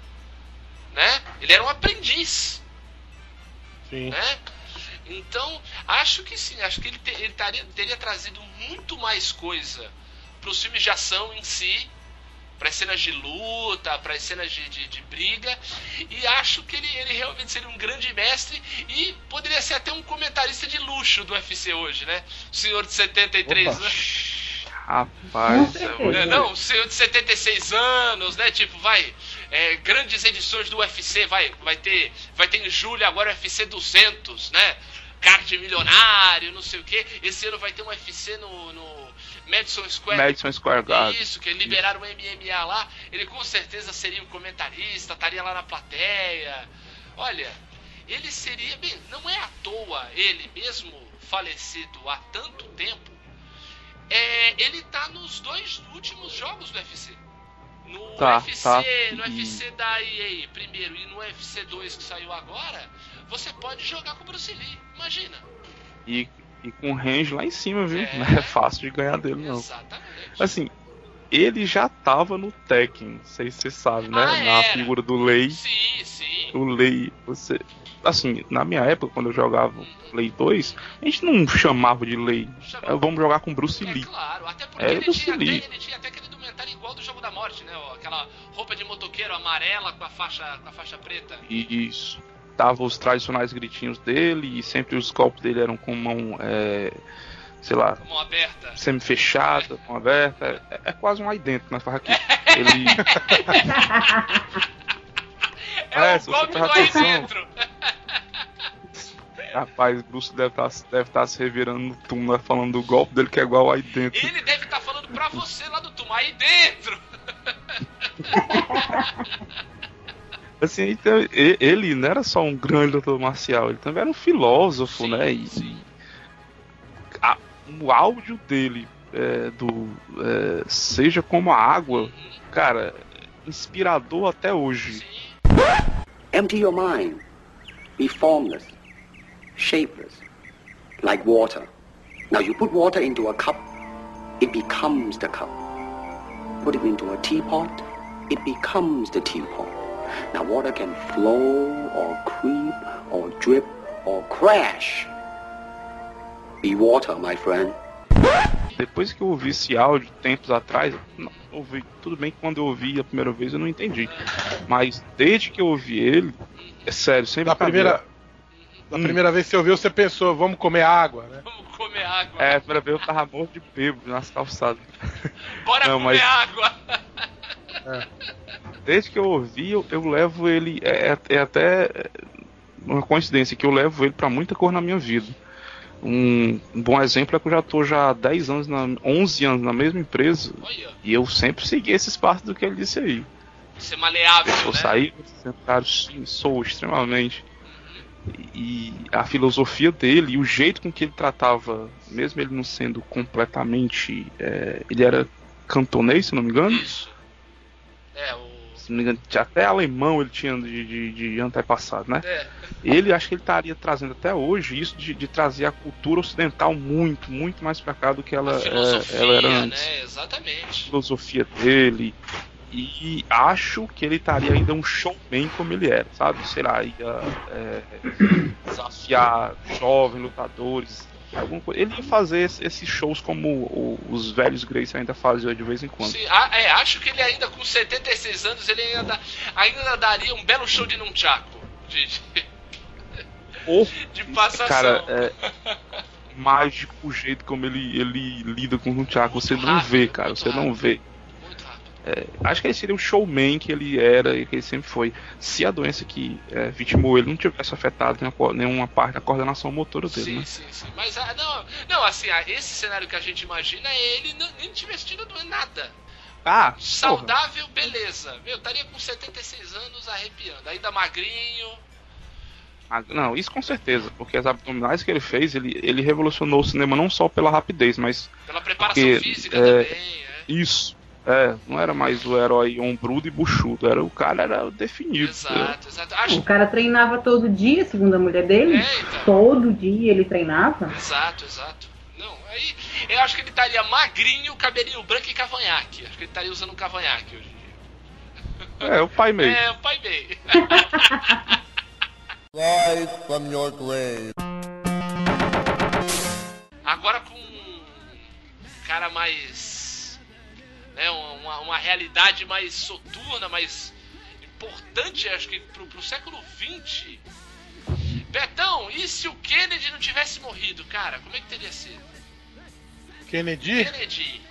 né? Ele era um aprendiz. Sim. Né? Então, acho que sim. Acho que ele, te, ele taria, teria trazido muito mais coisa para os filmes de ação em si, para as cenas de luta, para as cenas de, de, de briga, e acho que ele, ele realmente seria um grande mestre e poderia ser até um comentarista de luxo do U F C hoje, né? O senhor de setenta e três anos. Rapaz, é, não, o senhor de setenta e seis anos, né? Tipo, vai, é, grandes edições do U F C, vai, vai ter, vai ter em julho agora o U F C duzentos, né? Card milionário, não sei o que. Esse ano vai ter um U F C no, no Madison Square, Madison Square Garden. Isso, que liberaram o M M A lá. Ele com certeza seria um comentarista, estaria lá na plateia. Olha, ele seria bem, não é à toa ele mesmo falecido há tanto tempo. É, ele tá nos dois últimos jogos do U F C. No tá, U F C, tá. no U F C da E A primeiro e no U F C dois que saiu agora, você pode jogar com o Bruce Lee, imagina. E, e com range lá em cima, viu? É. Não é fácil de ganhar dele, não. Exatamente. Assim, ele já tava no Tekken, não sei se você sabe, né? Ah, na era. figura do Lei. Sim, sim. O Lei, você... Assim, na minha época, quando eu jogava Lei dois, a gente não chamava de Lei. Chamava. Vamos jogar com Bruce É Lee. claro, até porque É, ele, Bruce tinha até, Lee. ele tinha até aquele indumentário igual do Jogo da Morte, né? Ó, aquela roupa de motoqueiro amarela com a faixa, com a faixa preta. Isso. Tava os tradicionais gritinhos dele e sempre os golpes dele eram com mão, é, sei lá, Com mão aberta. semi-fechada, mão aberta. É, é quase um aí dentro que nós faz aqui. Ele... É, É, o se você golpe do prestar aí atenção. dentro. Rapaz, o Bruce deve estar deve tá se revirando no túmulo, né, falando do golpe dele que é igual aí dentro. Ele deve estar falando pra você lá do túmulo, aí dentro. Assim, então, e- ele não era só um grande doutor marcial, ele também era um filósofo, Sim, né? E sim. a- o áudio dele, é, do é, Seja Como a Água, cara, inspirador até hoje. Sim. Empty your mind. Be formless, shapeless, like water. Now you put water into a cup, it becomes the cup. Put it into a teapot, it becomes the teapot. Now water can flow or creep or drip or crash. Be water, my friend. Depois que eu ouvi esse áudio tempos atrás, não, ouvi, tudo bem que quando eu ouvi a primeira vez eu não entendi. Mas desde que eu ouvi ele, é sério, sempre Da primeira, da Hum. primeira vez que você ouviu, você pensou, vamos comer água, né? Vamos comer água. É, a primeira vez eu tava morto de bêbado nas calçadas. Bora não, comer mas- água. Desde que eu ouvi, eu, eu levo ele. É, é até uma coincidência que eu levo ele pra muita cor na minha vida. Um, um bom exemplo é que eu já tô já há dez anos, na, onze anos na mesma empresa. Olha, E eu sempre segui esses passos do que ele disse aí. ser maleável, Eu né? saí, cara, sim, sou extremamente. E a filosofia dele e o jeito com que ele tratava, mesmo ele não sendo completamente. É, ele era cantonês, se não me engano. Isso. É, o... Se não me engano, até alemão ele tinha de, de, de antepassado, né? É. Ele, acho que ele estaria trazendo até hoje isso de, de trazer a cultura ocidental muito, muito mais pra cá do que ela, a filosofia, é, ela era antes. né? Exatamente. A filosofia dele. E acho que ele estaria ainda um showman como ele era, sabe? Sei lá, ia é, desafiar jovens lutadores. Alguma coisa. Ele ia fazer esse- esses shows como o- os velhos Gracie ainda faziam de vez em quando. Sim, a- é, acho que ele ainda com setenta e seis anos ele ainda, ainda daria um belo show de nunchaku. De, de, Ou, de passação. cara, é mágico o jeito como ele, ele lida com o Nunchaku. Você Muito não rápido, vê, cara. muito Você não rápido. vê. Muito rápido. É, acho que ele seria o showman que ele era e que ele sempre foi. Se a doença que é, vitimou ele não tivesse afetado nenhuma, nenhuma parte da coordenação motora dele, sim, né? sim, sim. Mas, ah, não, não, assim, ah, esse cenário que a gente imagina é ele não, nem tivesse tido nada. Ah, saudável, porra. Beleza. Meu, estaria com setenta e seis anos arrepiando. Ainda magrinho. Ah, não, isso com certeza, porque as abdominais que ele fez, ele, ele revolucionou o cinema não só pela rapidez, mas pela preparação porque, física é, também. É. Isso. É, não era mais o herói ombrudo e buchudo, era o cara era definido. Exato, exato. Acho... O cara treinava todo dia, segundo a mulher dele. É, então. Todo dia ele treinava. Exato, exato. Não, aí eu acho que ele estaria magrinho, cabelinho branco e cavanhaque. Acho que ele estaria usando um cavanhaque hoje em dia. É, o pai meio. É, o pai meio. Rise from your grave. Agora com um cara mais... Né, uma, uma realidade mais soturna, mais importante, acho que pro, pro século vinte. Betão, e se o Kennedy não tivesse morrido, cara? Como é que teria sido? Kennedy? Kennedy.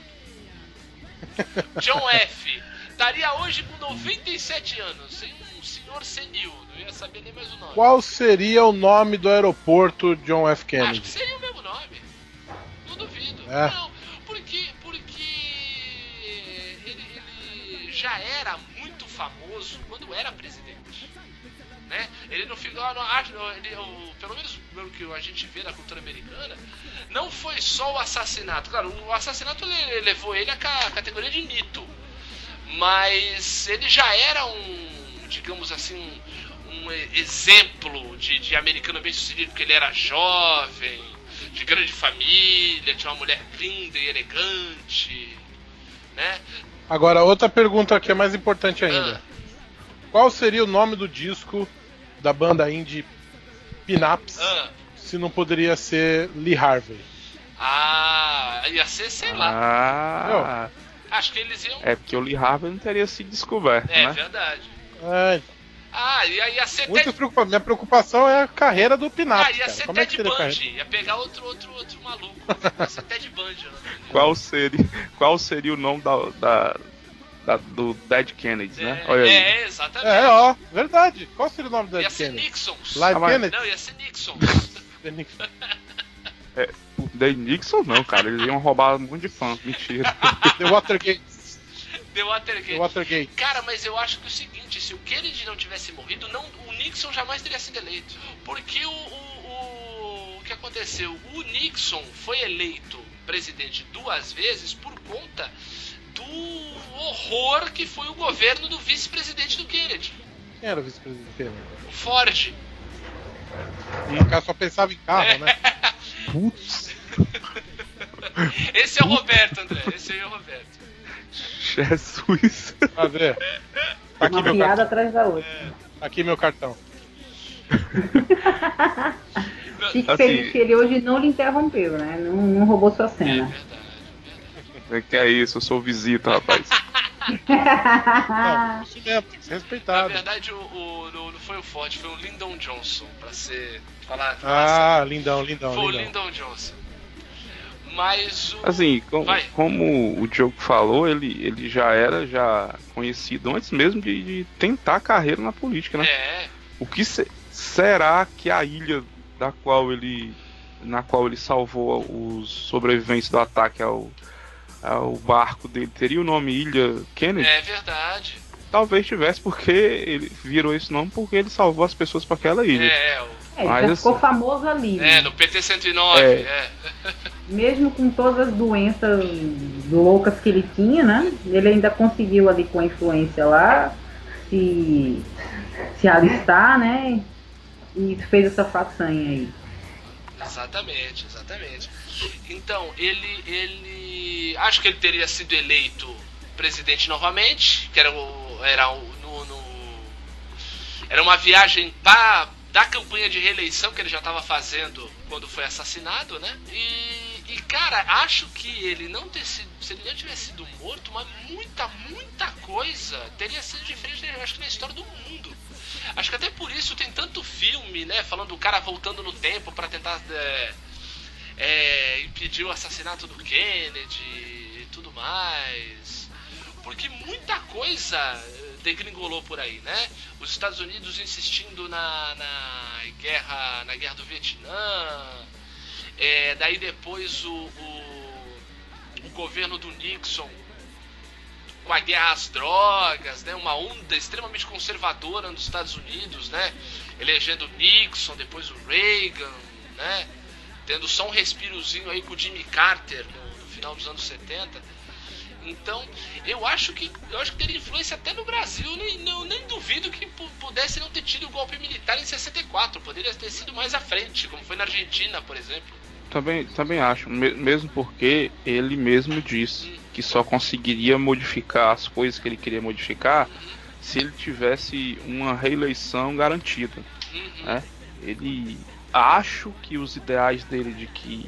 John F. Estaria hoje com noventa e sete anos, um senhor senil, não ia saber nem mais o nome. Qual seria o nome do aeroporto John F. Kennedy? Acho que seria o mesmo nome. Não duvido. É. Não, porque, porque ele, ele já era muito famoso quando era presidente. Né? Ele não ficou, não, acho, ele, o, pelo menos pelo que a gente vê na cultura americana, não foi só o assassinato. Claro, o assassinato levou ele à categoria de mito, mas ele já era um, digamos assim, um, um exemplo de, de americano bem sucedido, porque ele era jovem, de grande família, tinha uma mulher linda e elegante, né? Agora, outra pergunta que é mais importante ainda. Ah. Qual seria o nome do disco da banda indie Pin-Ups, ah. se não poderia ser Lee Harvey? Ah, ia ser, sei lá. Ah, acho que eles iam... É porque o Lee Harvey não teria sido descoberto, é, né? É verdade. É. Ah, ia, ia ser Muito Ted... preocupa... Minha preocupação é a carreira do Pin-Ups, Ah, ia cara. ser Como Ted é que Bundy, ia pegar outro, outro, outro maluco. Ia ser Ted Bundy. Qual seria, qual seria o nome da... da... Da, do Dead Kennedy, é, né? Olha é, aí. exatamente. É, ó, verdade. Qual seria o nome do Dead ia Kennedy? Ia ser Nixon. Live ah, Kennedy? Não, ia ser Nixon. É, o Dead Nixon não, cara. Eles iam roubar um monte de fã. Mentira. The Watergate. The Watergate. The Watergate. Cara, mas eu acho que é o seguinte, se o Kennedy não tivesse morrido, não, o Nixon jamais teria sido eleito. Porque o, o, o, o que aconteceu? O Nixon foi eleito presidente duas vezes por conta do horror que foi o governo do vice-presidente do Kennedy. Quem era o vice-presidente do Kennedy? O Ford. O cara só pensava em carro, é. né? Putz. Esse é o Roberto, André. Esse aí é o Roberto. Jesus. André. Tá aqui Uma meu piada cartão. atrás da outra. É. Tá aqui meu cartão. Fique assim, feliz que ele hoje não lhe interrompeu, né? Não, não roubou sua É cena. verdade. Que é isso, eu sou visita, rapaz. Não, isso mesmo, tem que ser Na respeitado. verdade, o, o, não foi o Ford, foi o Lyndon Johnson, pra ser. Falar, ah, falar lindão, lindão. Foi lindão. o Lyndon Johnson. Mas o. Assim, com, Vai. como o Diogo falou, ele, ele já era já conhecido antes mesmo de, de tentar carreira na política, né? É. O que se, será que a ilha da qual ele, na qual ele salvou os sobreviventes do ataque ao o barco dele teria o nome Ilha Kennedy? É verdade. Talvez tivesse, porque ele virou esse nome porque ele salvou as pessoas para aquela ilha. É, o... É, ele Mas, já ficou assim, famoso ali. é né? no P T cento e nove. É. É. Mesmo com todas as doenças loucas que ele tinha, né? Ele ainda conseguiu ali com a influência lá se, se alistar, né? E fez essa façanha aí. Exatamente, exatamente. Então, ele, ele... Acho que ele teria sido eleito presidente novamente, que era, o, era, o, no, no, era uma viagem pra, da campanha de reeleição que ele já estava fazendo quando foi assassinado, né? E, e, cara, acho que ele não ter sido... Se ele não tivesse sido morto, mas muita, muita coisa teria sido diferente, acho que na história do mundo. Acho que até por isso tem tanto filme, né? Falando do cara voltando no tempo pra tentar... É, É, impediu o assassinato do Kennedy e tudo mais. porque muita coisa degringolou por aí, né? Os Estados Unidos insistindo na, na guerra na guerra do Vietnã, é, daí depois o, o, o governo do Nixon com a guerra às drogas, né? Uma onda extremamente conservadora nos Estados Unidos, né? Elegendo Nixon, depois o Reagan, né? Tendo só um respirozinho aí com o Jimmy Carter no, no final dos anos setenta. Então, eu acho que eu acho que teria influência até no Brasil. Nem, eu nem duvido que pudesse não ter tido o golpe militar em sessenta e quatro. Poderia ter sido mais à frente, como foi na Argentina, por exemplo. Também, também acho, mesmo porque ele mesmo disse hum. que só conseguiria modificar as coisas que ele queria modificar uhum. se ele tivesse uma reeleição garantida. Uhum. Né? Ele acho que os ideais dele de que,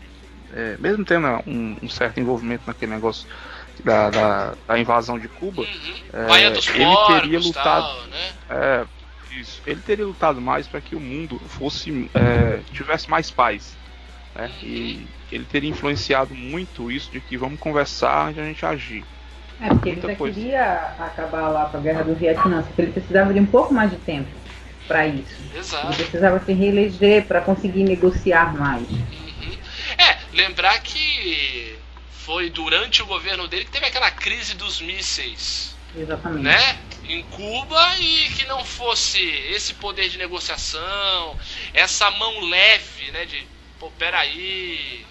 é, mesmo tendo um, um certo envolvimento naquele negócio da, da, da invasão de Cuba, uhum. é, dos ele porcos, teria lutado, tal, né? é, isso, ele teria lutado mais para que o mundo fosse é, tivesse mais paz, né? Uhum. E ele teria influenciado muito isso de que vamos conversar antes de a gente agir. É, porque ele Muita já coisa. queria acabar lá com a guerra do Vietnã, porque ele precisava de um pouco mais de tempo para isso. Exato. Ele precisava se reeleger para conseguir negociar mais. Uhum. É, lembrar que foi durante o governo dele que teve aquela crise dos mísseis. Exatamente. Né? Em Cuba, e que não fosse esse poder de negociação, essa mão leve, né? De, pô, peraí,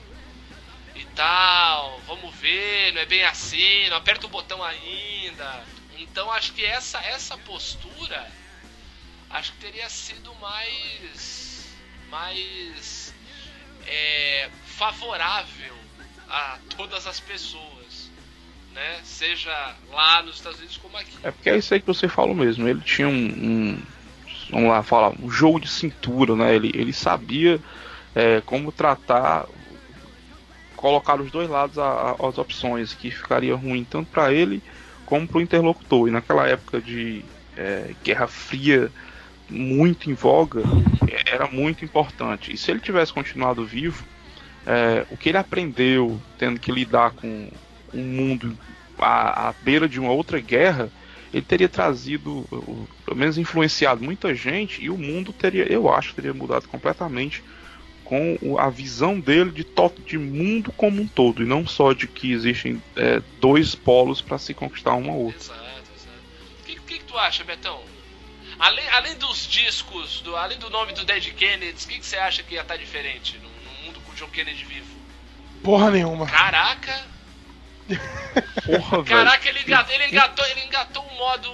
e tal, vamos ver, não é bem assim, não aperta o botão ainda. Então acho que essa, essa postura, acho que teria sido mais, mais é, favorável a todas as pessoas, né? Seja lá nos Estados Unidos como aqui. É porque é isso aí que você falou mesmo. Ele tinha um, um vamos lá falar, um jogo de cintura, né? Ele, ele sabia é, como tratar, colocar os dois lados a, a, as opções, que ficaria ruim tanto para ele como para o interlocutor. E naquela época de é, Guerra Fria muito em voga, era muito importante. E se ele tivesse continuado vivo, é, o que ele aprendeu tendo que lidar com um mundo à, à beira de uma outra guerra, ele teria trazido, pelo menos influenciado muita gente, e o mundo teria, eu acho, teria mudado completamente com a visão dele de, to- de mundo como um todo, e não só de que existem é, dois polos para se conquistar um ao outro. Exato, exato. O que, que, que tu acha, Betão? Além, além dos discos, do, além do nome do Dead Kennedys, o que, que você acha que ia estar diferente no, no mundo com o John Kennedy vivo? Porra nenhuma. Caraca! Porra, Caraca, ele engatou, ele engatou, ele engatou um modo.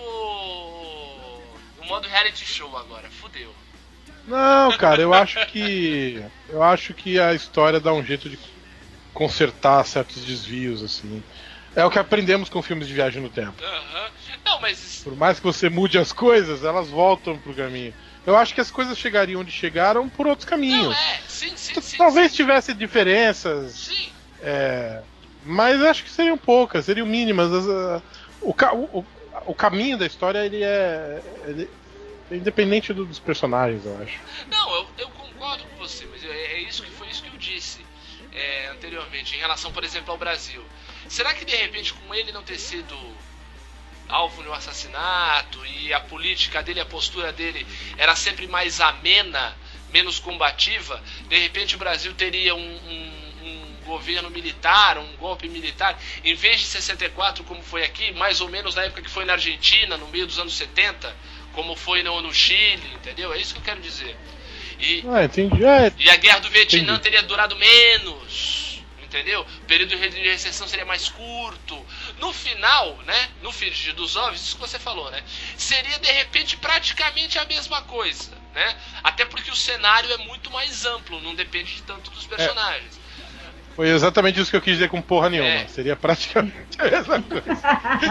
um modo reality show agora, fudeu. Não, cara, eu acho que. Eu acho que a história dá um jeito de consertar certos desvios, assim. É o que aprendemos com filmes de viagem no tempo. Uhum. Não, mas. Por mais que você mude as coisas, elas voltam pro caminho. Eu acho que as coisas chegariam onde chegaram por outros caminhos. Não, é, sim, sim, sim. Talvez sim. tivesse diferenças. Sim. É, mas acho que seriam poucas, seriam mínimas. As, uh, o, o, o caminho da história ele é, ele é independente do, dos personagens, eu acho. Não, eu, eu concordo com você, mas é, é isso que foi isso que eu disse é, anteriormente, em relação, por exemplo, ao Brasil. Será que de repente, com ele não ter sido alvo de um assassinato e a política dele, a postura dele era sempre mais amena, menos combativa, de repente o Brasil teria um, um, um governo militar, um golpe militar, em vez de sessenta e quatro, como foi aqui, mais ou menos na época que foi na Argentina, no meio dos anos setenta, como foi no, no Chile, entendeu? É isso que eu quero dizer. E, ah, entendi. É, e a guerra do Vietnã entendi. teria durado menos, entendeu? O período de recessão seria mais curto. No final, né, no frigir dos ovos, isso que você falou, né, seria de repente praticamente a mesma coisa, né? Até porque o cenário é muito mais amplo, não depende de tanto dos personagens. É. Foi exatamente isso que eu quis dizer com porra nenhuma. É. Seria praticamente a mesma coisa.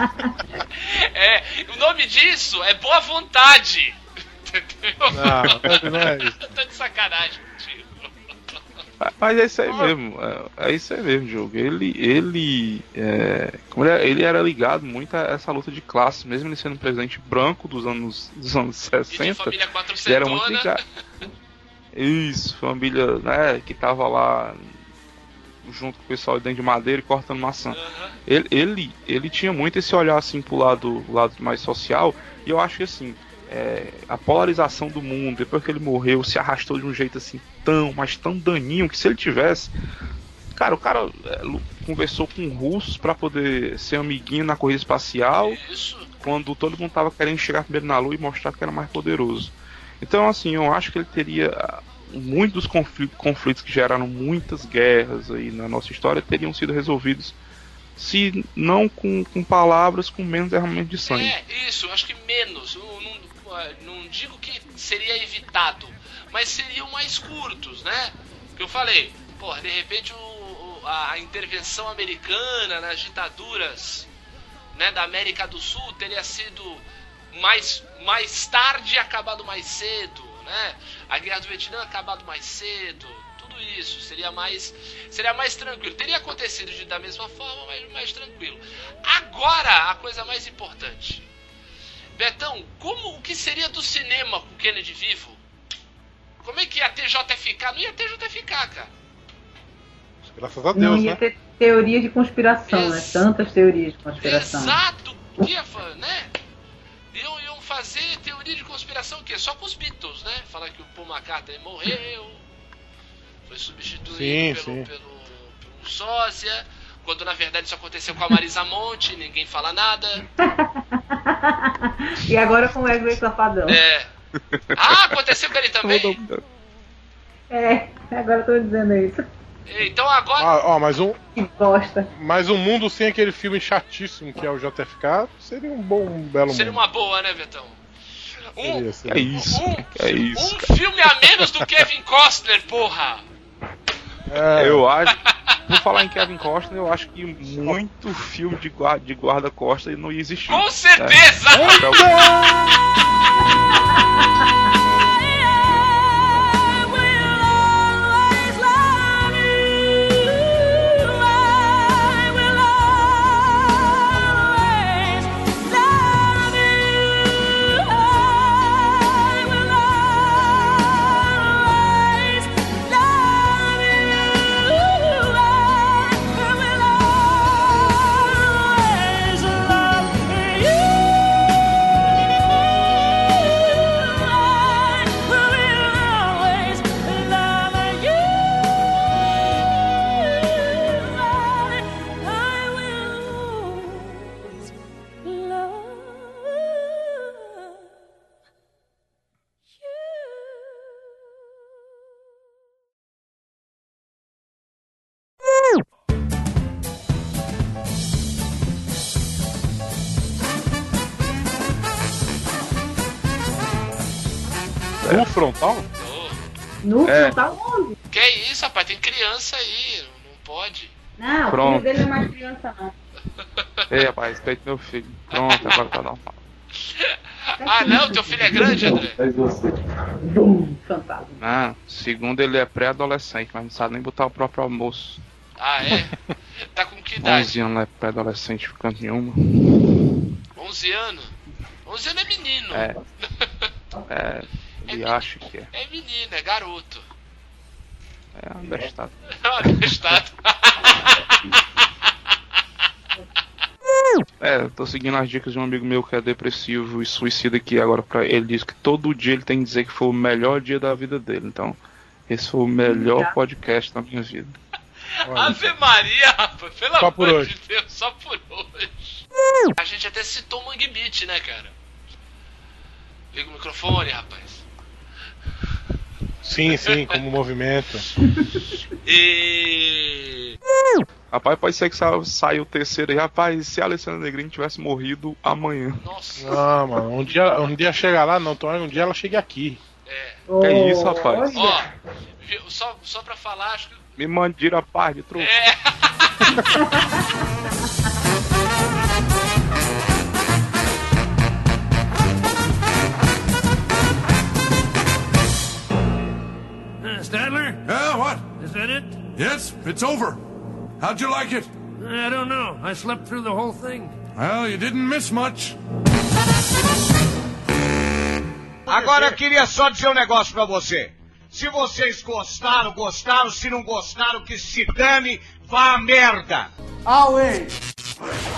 É, o nome disso é boa vontade. Entendeu? Não, não é isso. Tô de sacanagem contigo. Mas é isso aí mesmo, é, é isso aí mesmo, jogo. Ele, ele, é, como ele, ele era ligado muito a essa luta de classe, mesmo ele sendo um presidente branco dos anos, dos anos sessenta. E de família ele era muito ligado. quatrocentona. Isso, família, né, que tava lá junto com o pessoal de dentro de madeira e cortando maçã. Ele, ele, ele tinha muito esse olhar assim pro lado, lado mais social, e eu acho que assim, é, a polarização do mundo, depois que ele morreu, se arrastou de um jeito assim tão, mas tão daninho, que se ele tivesse... Cara, o cara é, conversou com russos pra poder ser amiguinho na corrida espacial, Isso. quando todo mundo tava querendo chegar primeiro na Lua e mostrar que era mais poderoso. Então, assim, eu acho que ele teria... Muitos conflitos, conflitos que geraram muitas guerras aí na nossa história teriam sido resolvidos, se não com, com palavras, com menos derramamento de sangue. É, isso, acho que menos. Não, não, não digo que seria evitado, mas seriam mais curtos, né? Que eu falei, porra, de repente o, o, a intervenção americana nas ditaduras, né, da América do Sul teria sido mais, mais tarde e acabado mais cedo, né? A guerra do Vietnã acabado mais cedo, tudo isso seria mais, seria mais tranquilo. Teria acontecido de, da mesma forma, mas mais tranquilo. Agora, a coisa mais importante. Betão, como, o que seria do cinema com o Kennedy vivo? Como é que ia ter J F K? Não ia ter J F K, cara. Graças a Deus, Não ia né? ter teoria de conspiração, Ex- né? Tantas teorias de conspiração. Exato, ia, né? Iam, iam fazer teoria de conspiração o quê? Só com os Beatles, né? Falar que o Paul McCartney morreu, foi substituído Sim, pelo, sim. pelo, pelo sósia, quando na verdade isso aconteceu com a Marisa Monte, ninguém fala nada. E agora com o Wesley Safadão. É. Ah, aconteceu com ele também? É, agora eu tô dizendo isso. Então agora. Ah, ó, mas um, Que bosta. mas um mundo sem aquele filme chatíssimo que é o J F K seria um bom, um belo Seria mundo. uma boa, né, Betão? Um, Seria, seria. É isso, um, é isso. um filme a menos do Kevin Costner, porra! É, Eu acho, por falar em Kevin Costner, eu acho que muito filme de guarda, de guarda-costa não ia existir. Com certeza! É. no frontal? Ô, No É. tá onde? que é isso, rapaz? Tem criança aí, não pode. Não, o Pronto. filho dele não é mais criança, não. Ei, rapaz, respeito meu filho. Pronto, agora tá dando. Ah, não? Teu filho é grande, André? Bum, fantasma. Ah, segundo ele é pré-adolescente, mas não sabe nem botar o próprio almoço. Ah, é? Tá com que idade? onze anos é pré-adolescente, ficando nenhuma. onze anos? onze anos é menino. É. É, ele acha que é. É menino, é garoto. É um bestado. Olha, estado. É, eu tô seguindo as dicas de um amigo meu que é depressivo e suicida aqui agora pra ele. Diz que todo dia ele tem que dizer que foi o melhor dia da vida dele. Então, esse foi o melhor podcast da minha vida. Ave Maria, rapaz, pelo Só amor por hoje. de Deus, só por hoje. A gente até citou o Mangue Beat, né, cara? Liga o microfone, rapaz. Sim, sim, como movimento. E. Rapaz, pode ser que sa- saia o terceiro aí. Rapaz, se a Alessandra Negrini tivesse morrido amanhã. Nossa. Ah, mano, um dia, um dia chega lá, não, então um dia ela chega aqui. É. Que isso, rapaz? Olha. Ó, viu, só, só pra falar, acho que. Me mandira a paz de truco. É. Uh, Stadler? Yeah, what? Is that it? Yes, it's over. How'd you like it? I don't know. I slept through the whole thing. Well, you didn't miss much. Agora eu queria só dizer um negócio pra você. Se vocês gostaram, gostaram. Se não gostaram, que se dane, vá a merda. Away.